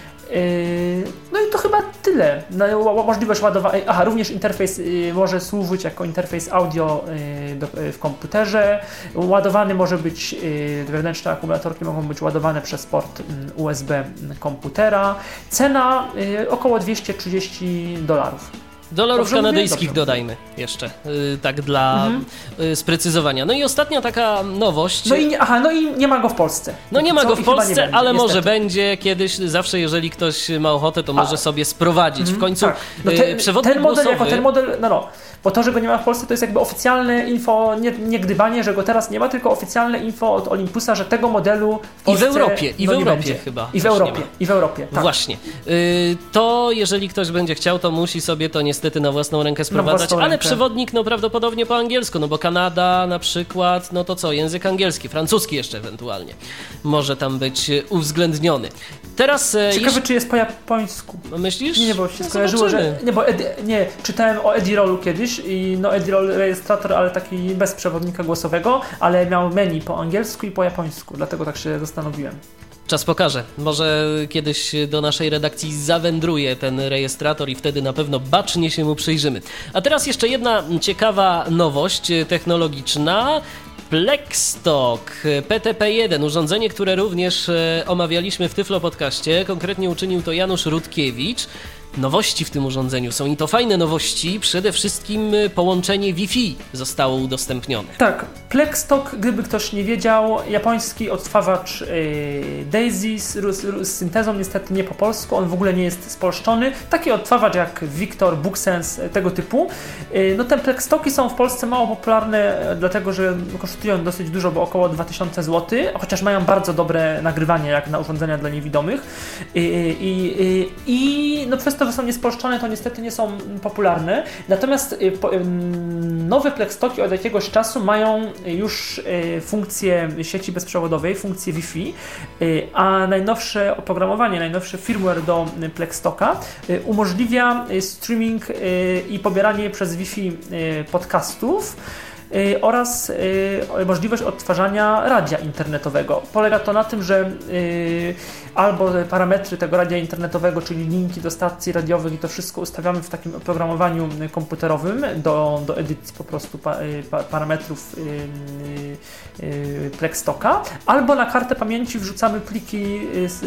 S3: I to chyba tyle. Możliwość ładowania. Również interfejs może służyć jako interfejs audio w komputerze. Ładowany może być, wewnętrzne akumulatorki mogą być ładowane przez port USB komputera. Cena około $230.
S2: Dolarów kanadyjskich dodajmy jeszcze, tak dla sprecyzowania. No i ostatnia taka nowość.
S3: No i nie ma go w Polsce.
S2: No nie ma go w Polsce,
S3: będzie,
S2: ale
S3: niestety.
S2: może będzie kiedyś, zawsze jeżeli ktoś ma ochotę, to może sobie sprowadzić. W końcu
S3: tak.
S2: przewodnik
S3: ten model,
S2: głosowy...
S3: ten model, bo to, że go nie ma w Polsce, to jest jakby oficjalne info, nie gdybanie, że go teraz nie ma, tylko oficjalne info od Olympusa, że tego modelu w Polsce
S2: I w Europie
S3: będzie.
S2: chyba.
S3: I w Europie, tak.
S2: Właśnie. To jeżeli ktoś będzie chciał, to musi sobie to niestety na własną rękę sprowadzać, ale przewodnik prawdopodobnie po angielsku, bo Kanada na przykład, to co, język angielski, francuski jeszcze ewentualnie może tam być uwzględniony. Teraz...
S3: Ciekawe, czy jest po japońsku.
S2: Myślisz?
S3: Nie, bo się skojarzyło, że... Nie, czytałem o Edirolu kiedyś i Edirol rejestrator, ale taki bez przewodnika głosowego, ale miał menu po angielsku i po japońsku, dlatego tak się zastanowiłem.
S2: Czas pokaże. Może kiedyś do naszej redakcji zawędruje ten rejestrator i wtedy na pewno bacznie się mu przyjrzymy. A teraz jeszcze jedna ciekawa nowość technologiczna. Plextalk PTP1, urządzenie, które również omawialiśmy w Tyflo Podcaście. Konkretnie uczynił to Janusz Rutkiewicz. Nowości w tym urządzeniu są i to fajne nowości. Przede wszystkim połączenie Wi-Fi zostało udostępnione. Tak,
S3: Plextalk, gdyby ktoś nie wiedział, japoński odtwarzacz Daisy z syntezą, niestety nie po polsku, on w ogóle nie jest spolszczony. Taki odtwarzacz jak Victor, BookSense, tego typu. Te Plextalki są w Polsce mało popularne, dlatego że kosztują dosyć dużo, bo około 2000 zł, chociaż mają bardzo dobre nagrywanie jak na urządzenia dla niewidomych. Przez to, że są niespolszczone, to niestety nie są popularne. Natomiast nowe Plextalki od jakiegoś czasu mają już funkcję sieci bezprzewodowej, funkcję Wi-Fi, a najnowsze oprogramowanie, najnowszy firmware do Plextalka umożliwia streaming i pobieranie przez Wi-Fi podcastów oraz możliwość odtwarzania radia internetowego. Polega to na tym, że albo parametry tego radia internetowego, czyli linki do stacji radiowych i to wszystko ustawiamy w takim oprogramowaniu komputerowym do edycji po prostu parametrów Plextalka, albo na kartę pamięci wrzucamy pliki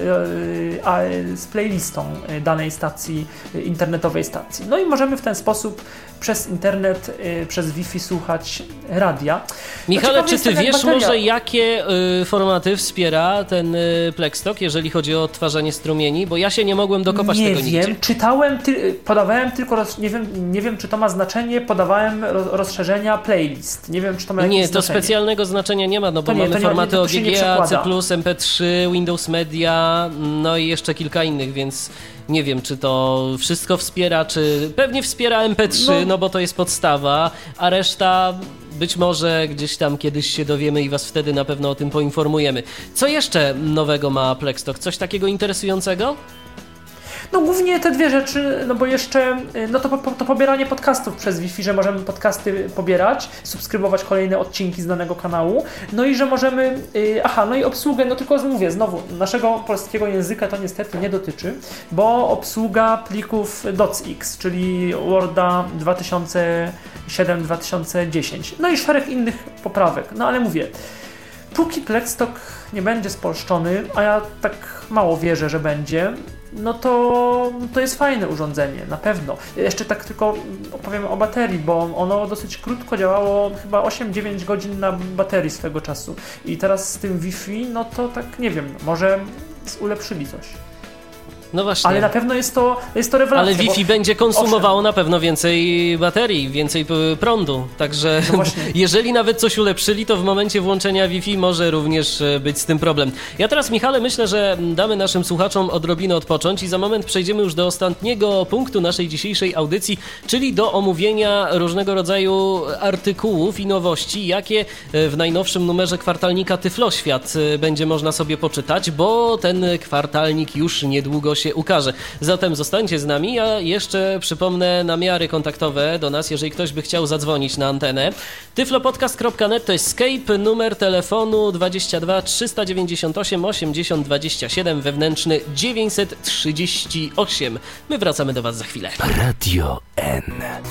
S3: z playlistą danej stacji, internetowej stacji. No i możemy w ten sposób przez internet, przez Wi-Fi słuchać radia.
S2: Michale, czy ty wiesz może jakie formaty wspiera ten Plextalk, jeżeli chodzi o odtwarzanie strumieni? Bo ja się nie mogłem dokopać tego nigdzie.
S3: Nie wiem, czytałem, podawałem tylko, nie wiem czy to ma znaczenie, podawałem rozszerzenia playlist. Nie wiem czy to ma jakieś znaczenie.
S2: To specjalnego znaczenia nie ma, bo mamy formaty OGG, C+, MP3, Windows Media, no i jeszcze kilka innych, więc nie wiem, czy to wszystko wspiera, czy pewnie wspiera MP3, bo to jest podstawa, a reszta być może gdzieś tam kiedyś się dowiemy i was wtedy na pewno o tym poinformujemy. Co jeszcze nowego ma Plextalk? Coś takiego interesującego?
S3: Głównie te dwie rzeczy, bo jeszcze to pobieranie podcastów przez Wi-Fi, że możemy podcasty pobierać, subskrybować kolejne odcinki z danego kanału, i że możemy, i obsługę, tylko mówię, znowu, naszego polskiego języka to niestety nie dotyczy, bo obsługa plików DOCX, czyli Worda 2007-2010, i szereg innych poprawek, ale mówię, póki Plextalk nie będzie spolszczony, a ja tak mało wierzę, że będzie, to jest fajne urządzenie, na pewno. Jeszcze tak tylko opowiem o baterii, bo ono dosyć krótko działało, chyba 8-9 godzin na baterii swego czasu. I teraz z tym Wi-Fi, to tak nie wiem, może ulepszyli coś.
S2: No właśnie.
S3: Ale na pewno jest to rewelacja.
S2: Ale Wi-Fi będzie konsumowało na pewno więcej baterii, więcej prądu. Także jeżeli nawet coś ulepszyli, to w momencie włączenia Wi-Fi może również być z tym problem. Ja teraz, Michale, myślę, że damy naszym słuchaczom odrobinę odpocząć i za moment przejdziemy już do ostatniego punktu naszej dzisiejszej audycji, czyli do omówienia różnego rodzaju artykułów i nowości, jakie w najnowszym numerze kwartalnika Tyfloświat będzie można sobie poczytać, bo ten kwartalnik już niedługo się ukaże. Zatem zostańcie z nami. Ja jeszcze przypomnę namiary kontaktowe do nas, jeżeli ktoś by chciał zadzwonić na antenę. tyflopodcast.net to jest Skype, numer telefonu 22 398 80 27, wewnętrzny 938. My wracamy do was za chwilę.
S1: Radio N.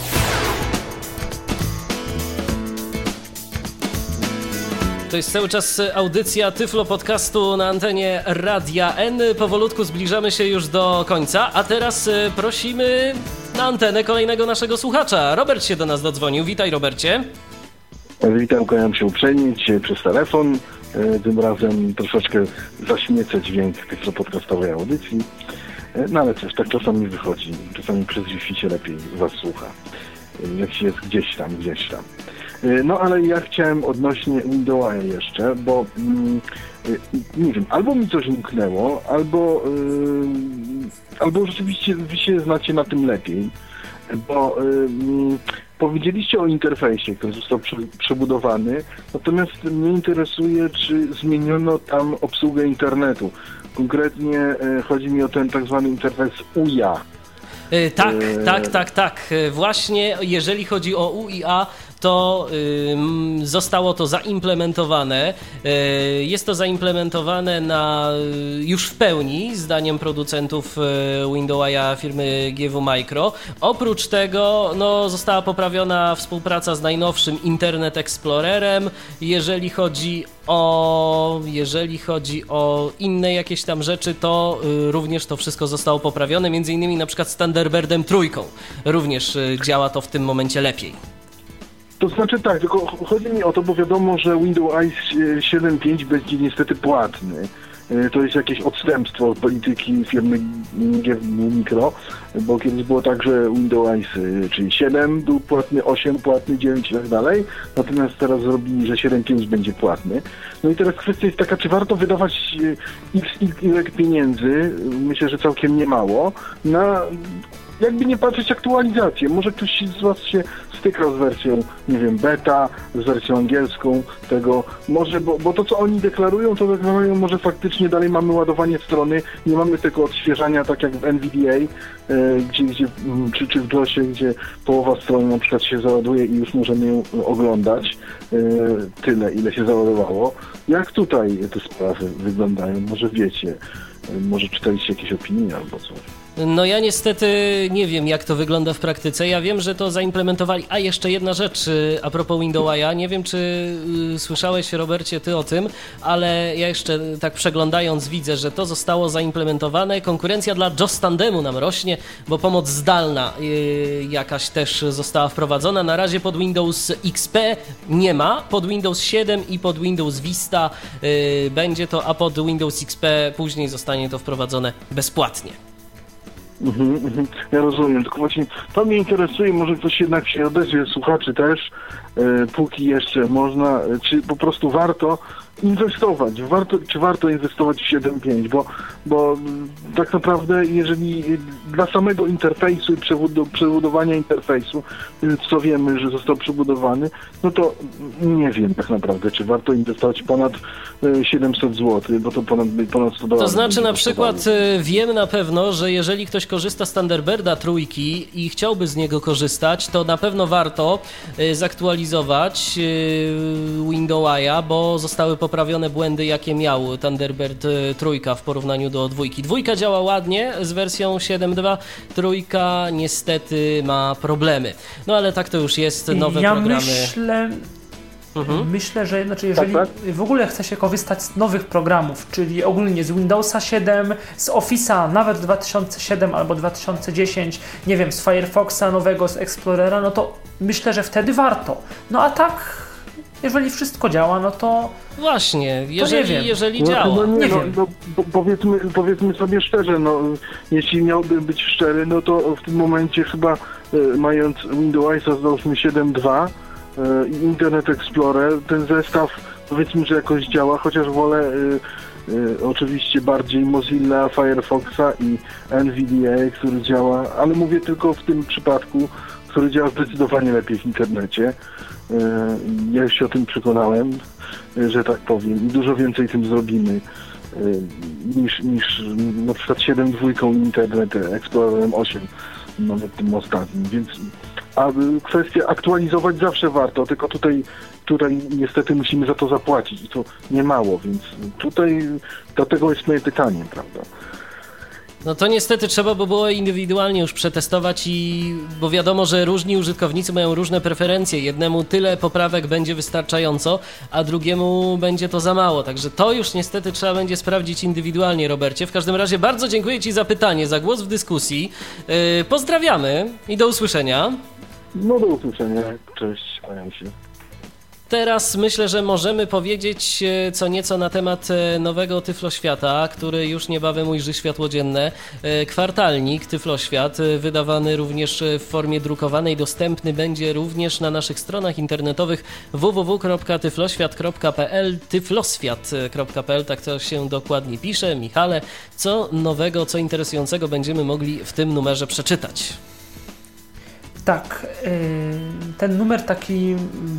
S2: To jest cały czas audycja Tyflo Podcastu na antenie Radia N. Powolutku zbliżamy się już do końca, a teraz prosimy na antenę kolejnego naszego słuchacza. Robert się do nas dodzwonił. Witaj, Robercie.
S6: Witam, kłaniam się uprzejmie dzisiaj przez telefon. Tym razem troszeczkę zaśmiecę dźwięk tyflopodcastowej audycji. No ale coś, tak czasami wychodzi. Czasami przez Wi-Fi się lepiej was słucha. Jak się jest gdzieś tam. No ale ja chciałem odnośnie Windowsa jeszcze, bo nie wiem, albo mi coś umknęło, albo rzeczywiście wy się znacie na tym lepiej, bo powiedzieliście o interfejsie, który został przebudowany, natomiast mnie interesuje, czy zmieniono tam obsługę internetu. Konkretnie chodzi mi o ten tak zwany interfejs UIA.
S2: Tak. Właśnie jeżeli chodzi o UIA, to zostało to zaimplementowane. Jest to zaimplementowane już w pełni, zdaniem producentów Windowsa firmy GW Micro. Oprócz tego została poprawiona współpraca z najnowszym Internet Explorerem. Jeżeli chodzi o inne jakieś tam rzeczy, to również to wszystko zostało poprawione, między innymi na przykład z Thunderbird 3. Również działa to w tym momencie lepiej.
S6: To znaczy tak, tylko chodzi mi o to, bo wiadomo, że Windows 7.5 będzie niestety płatny. To jest jakieś odstępstwo od polityki firmy GW Micro, bo kiedyś było tak, że Windows, czyli 7 był płatny, 8 płatny, 9 i tak dalej, natomiast teraz zrobili, że 7.5 będzie płatny. No i teraz kwestia jest taka, czy warto wydawać x pieniędzy, myślę, że całkiem niemało, na jakby nie patrzeć aktualizację. Może ktoś z was się stykał z wersją, nie wiem, beta, z wersją angielską tego, może, bo to co oni deklarują, może faktycznie dalej mamy ładowanie strony, nie mamy tego odświeżania tak jak w NVDA, czy w JOSie, gdzie połowa strony na przykład się załaduje i już możemy ją oglądać tyle, ile się załadowało. Jak tutaj te sprawy wyglądają? Może wiecie, może czytaliście jakieś opinie albo coś.
S2: No ja niestety nie wiem, jak to wygląda w praktyce. Ja wiem, że to zaimplementowali. A jeszcze jedna rzecz a propos Windowsa. Nie wiem, czy słyszałeś, Robercie, ty o tym, ale ja jeszcze tak przeglądając widzę, że to zostało zaimplementowane. Konkurencja dla JOS Tandemu nam rośnie, bo pomoc zdalna jakaś też została wprowadzona. Na razie pod Windows XP nie ma. Pod Windows 7 i pod Windows Vista będzie to, a pod Windows XP później zostanie to wprowadzone bezpłatnie.
S6: Ja rozumiem, tylko właśnie to mnie interesuje, może ktoś jednak się odezwie, słuchaczy też, póki jeszcze można, czy po prostu warto inwestować, czy warto inwestować w 7.5, bo tak naprawdę jeżeli dla samego interfejsu i przebudowania interfejsu, co wiemy, że został przebudowany, no to nie wiem tak naprawdę, czy warto inwestować ponad 700 zł, bo to ponad $100.
S2: To znaczy na przykład wiem na pewno, że jeżeli ktoś korzysta z Thunderbirda 3 i chciałby z niego korzystać, to na pewno warto zaktualizować Windowsa, bo zostały poprawione błędy, jakie miał Thunderbird 3 w porównaniu do 2. 2 działa ładnie z wersją 7.2, 3 niestety ma problemy. No ale tak to już jest, nowe programy.
S3: Myślę, że jeżeli w ogóle chce się korzystać z nowych programów, czyli ogólnie z Windowsa 7, z Office'a nawet 2007 albo 2010, nie wiem, z Firefoxa nowego, z Explorera, no to myślę, że wtedy warto. No a tak, jeżeli wszystko działa, no to...
S2: Właśnie, jeżeli działa.
S3: Nie wiem.
S6: Powiedzmy sobie szczerze, jeśli miałbym być szczery, no to w tym momencie chyba mając Windowsa załóżmy 7.2 i Internet Explorer, ten zestaw powiedzmy, że jakoś działa, chociaż wolę oczywiście bardziej Mozilla, Firefoxa i NVDA, który działa, ale mówię tylko w tym przypadku, który działa zdecydowanie lepiej w internecie. Ja się o tym przekonałem, że tak powiem, i dużo więcej tym zrobimy niż na przykład 7.2 Internet Explorerem 8, nawet tym ostatnim, więc kwestię aktualizować zawsze warto, tylko tutaj niestety musimy za to zapłacić i to nie mało, więc tutaj dlatego jest moje pytanie, prawda?
S2: No to niestety trzeba by było indywidualnie już przetestować bo wiadomo, że różni użytkownicy mają różne preferencje. Jednemu tyle poprawek będzie wystarczająco, a drugiemu będzie to za mało. Także to już niestety trzeba będzie sprawdzić indywidualnie, Robercie. W każdym razie bardzo dziękuję Ci za pytanie, za głos w dyskusji. Pozdrawiamy i do usłyszenia.
S6: No do usłyszenia. Cześć, kłaniam się.
S2: Teraz myślę, że możemy powiedzieć co nieco na temat nowego Tyfloświata, który już niebawem ujrzy światło dzienne. Kwartalnik Tyfloświat, wydawany również w formie drukowanej, dostępny będzie również na naszych stronach internetowych www.tyfloświat.pl, tyfloswiat.pl, tak to się dokładnie pisze. Michale, co nowego, co interesującego będziemy mogli w tym numerze przeczytać?
S3: Tak, ten numer taki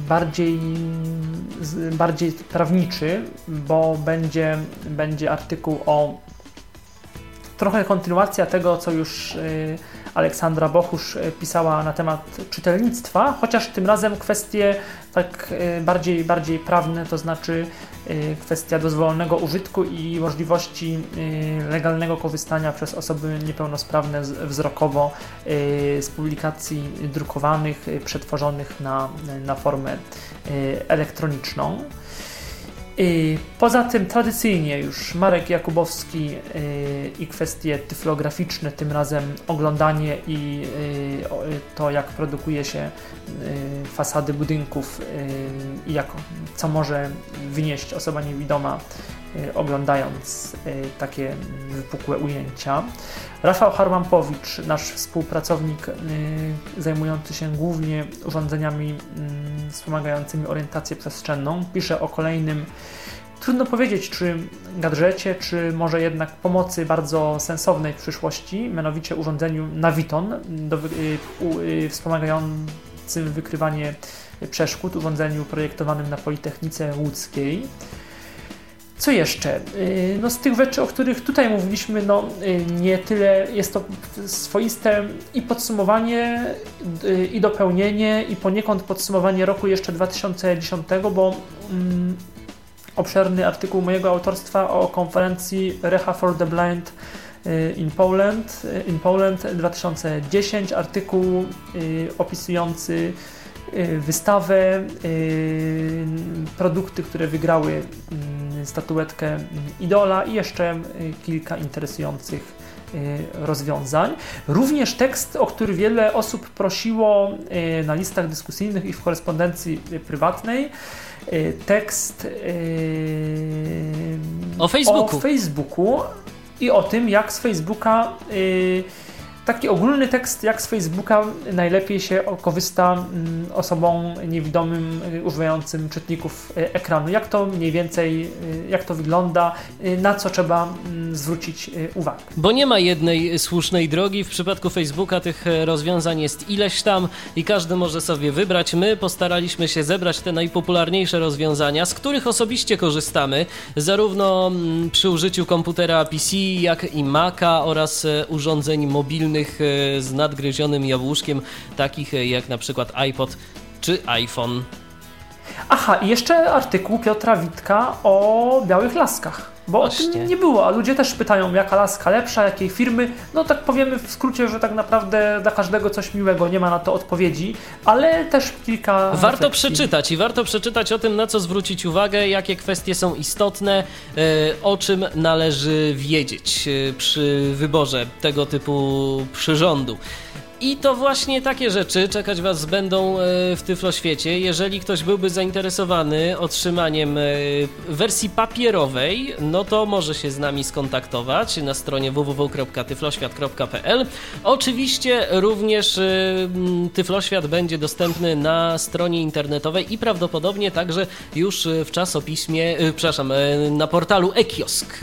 S3: bardziej prawniczy, bo będzie artykuł o trochę kontynuacja tego, co już Aleksandra Bochusz pisała na temat czytelnictwa, chociaż tym razem kwestie tak bardziej prawne, to znaczy kwestia dozwolonego użytku i możliwości legalnego korzystania przez osoby niepełnosprawne wzrokowo z publikacji drukowanych, przetworzonych na formę elektroniczną. Poza tym tradycyjnie już Marek Jakubowski i kwestie tyflograficzne, tym razem oglądanie i to, jak produkuje się fasady budynków i co może wynieść osoba niewidoma, oglądając takie wypukłe ujęcia. Rafał Harłampowicz, nasz współpracownik zajmujący się głównie urządzeniami wspomagającymi orientację przestrzenną, pisze o kolejnym, trudno powiedzieć, czy gadżecie, czy może jednak pomocy bardzo sensownej w przyszłości, mianowicie urządzeniu Naviton, wspomagającym wykrywanie przeszkód, urządzeniu projektowanym na Politechnice Łódzkiej. Co jeszcze? No z tych rzeczy, o których tutaj mówiliśmy, nie tyle jest to swoiste i podsumowanie, i dopełnienie, i poniekąd podsumowanie roku jeszcze 2010, bo obszerny artykuł mojego autorstwa o konferencji Reha for the Blind in Poland 2010, artykuł opisujący wystawę, produkty, które wygrały statuetkę Idola i jeszcze kilka interesujących rozwiązań. Również tekst, o który wiele osób prosiło na listach dyskusyjnych i w korespondencji prywatnej. Tekst o Facebooku i o tym, jak z Facebooka taki ogólny tekst, jak z Facebooka najlepiej się korzysta osobom niewidomym używającym czytników ekranu. Jak to mniej więcej, jak to wygląda, na co trzeba zwrócić uwagę.
S2: Bo nie ma jednej słusznej drogi. W przypadku Facebooka tych rozwiązań jest ileś tam i każdy może sobie wybrać. My postaraliśmy się zebrać te najpopularniejsze rozwiązania, z których osobiście korzystamy, zarówno przy użyciu komputera PC, jak i Maca oraz urządzeń mobilnych z nadgryzionym jabłuszkiem, takich jak na przykład iPod czy iPhone.
S3: Aha, i jeszcze artykuł Piotra Witka o białych laskach, bo właśnie o tym nie było, a ludzie też pytają, jaka laska lepsza, jakiej firmy. No tak powiemy w skrócie, że tak naprawdę dla każdego coś miłego, nie ma na to odpowiedzi, ale też kilka
S2: Warto przeczytać o tym, na co zwrócić uwagę, jakie kwestie są istotne, o czym należy wiedzieć przy wyborze tego typu przyrządu. I to właśnie takie rzeczy czekać Was będą w Tyfloświecie. Jeżeli ktoś byłby zainteresowany otrzymaniem wersji papierowej, no to może się z nami skontaktować na stronie www.tyfloświat.pl. Oczywiście również Tyfloświat będzie dostępny na stronie internetowej i prawdopodobnie także już w czasopiśmie, na portalu e-kiosk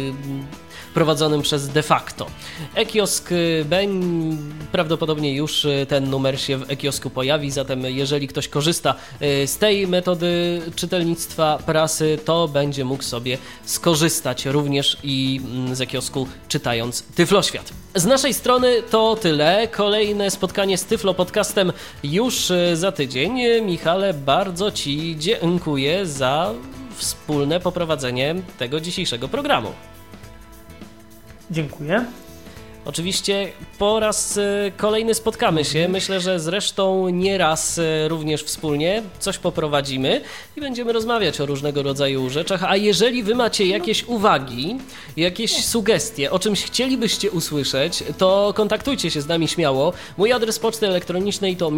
S2: prowadzonym przez De Facto. E-kiosk prawdopodobnie już ten numer się w e-kiosku pojawi, zatem jeżeli ktoś korzysta z tej metody czytelnictwa prasy, to będzie mógł sobie skorzystać również i z e-kiosku, czytając Tyfloświat. Z naszej strony to tyle. Kolejne spotkanie z Tyflo Podcastem już za tydzień. Michale, bardzo Ci dziękuję za wspólne poprowadzenie tego dzisiejszego programu.
S3: Dziękuję.
S2: Oczywiście po raz kolejny spotkamy się. Myślę, że zresztą nieraz również wspólnie coś poprowadzimy i będziemy rozmawiać o różnego rodzaju rzeczach. A jeżeli wy macie jakieś uwagi, jakieś sugestie, o czymś chcielibyście usłyszeć, to kontaktujcie się z nami śmiało. Mój adres poczty elektronicznej to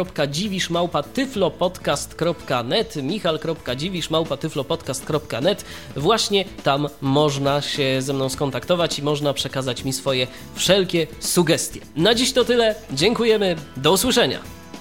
S2: michal.dziwisz@tyflopodcast.net michal.dziwisz@tyflopodcast.net. Właśnie tam można się ze mną skontaktować i można przekazać mi swoje wszelkie sugestie. Na dziś to tyle. Dziękujemy. Do usłyszenia.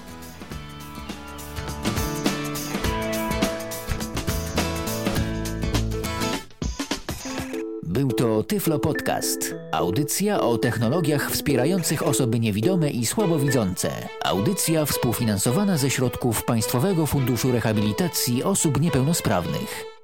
S1: Był to Tyflo Podcast. Audycja o technologiach wspierających osoby niewidome i słabowidzące. Audycja współfinansowana ze środków Państwowego Funduszu Rehabilitacji Osób Niepełnosprawnych.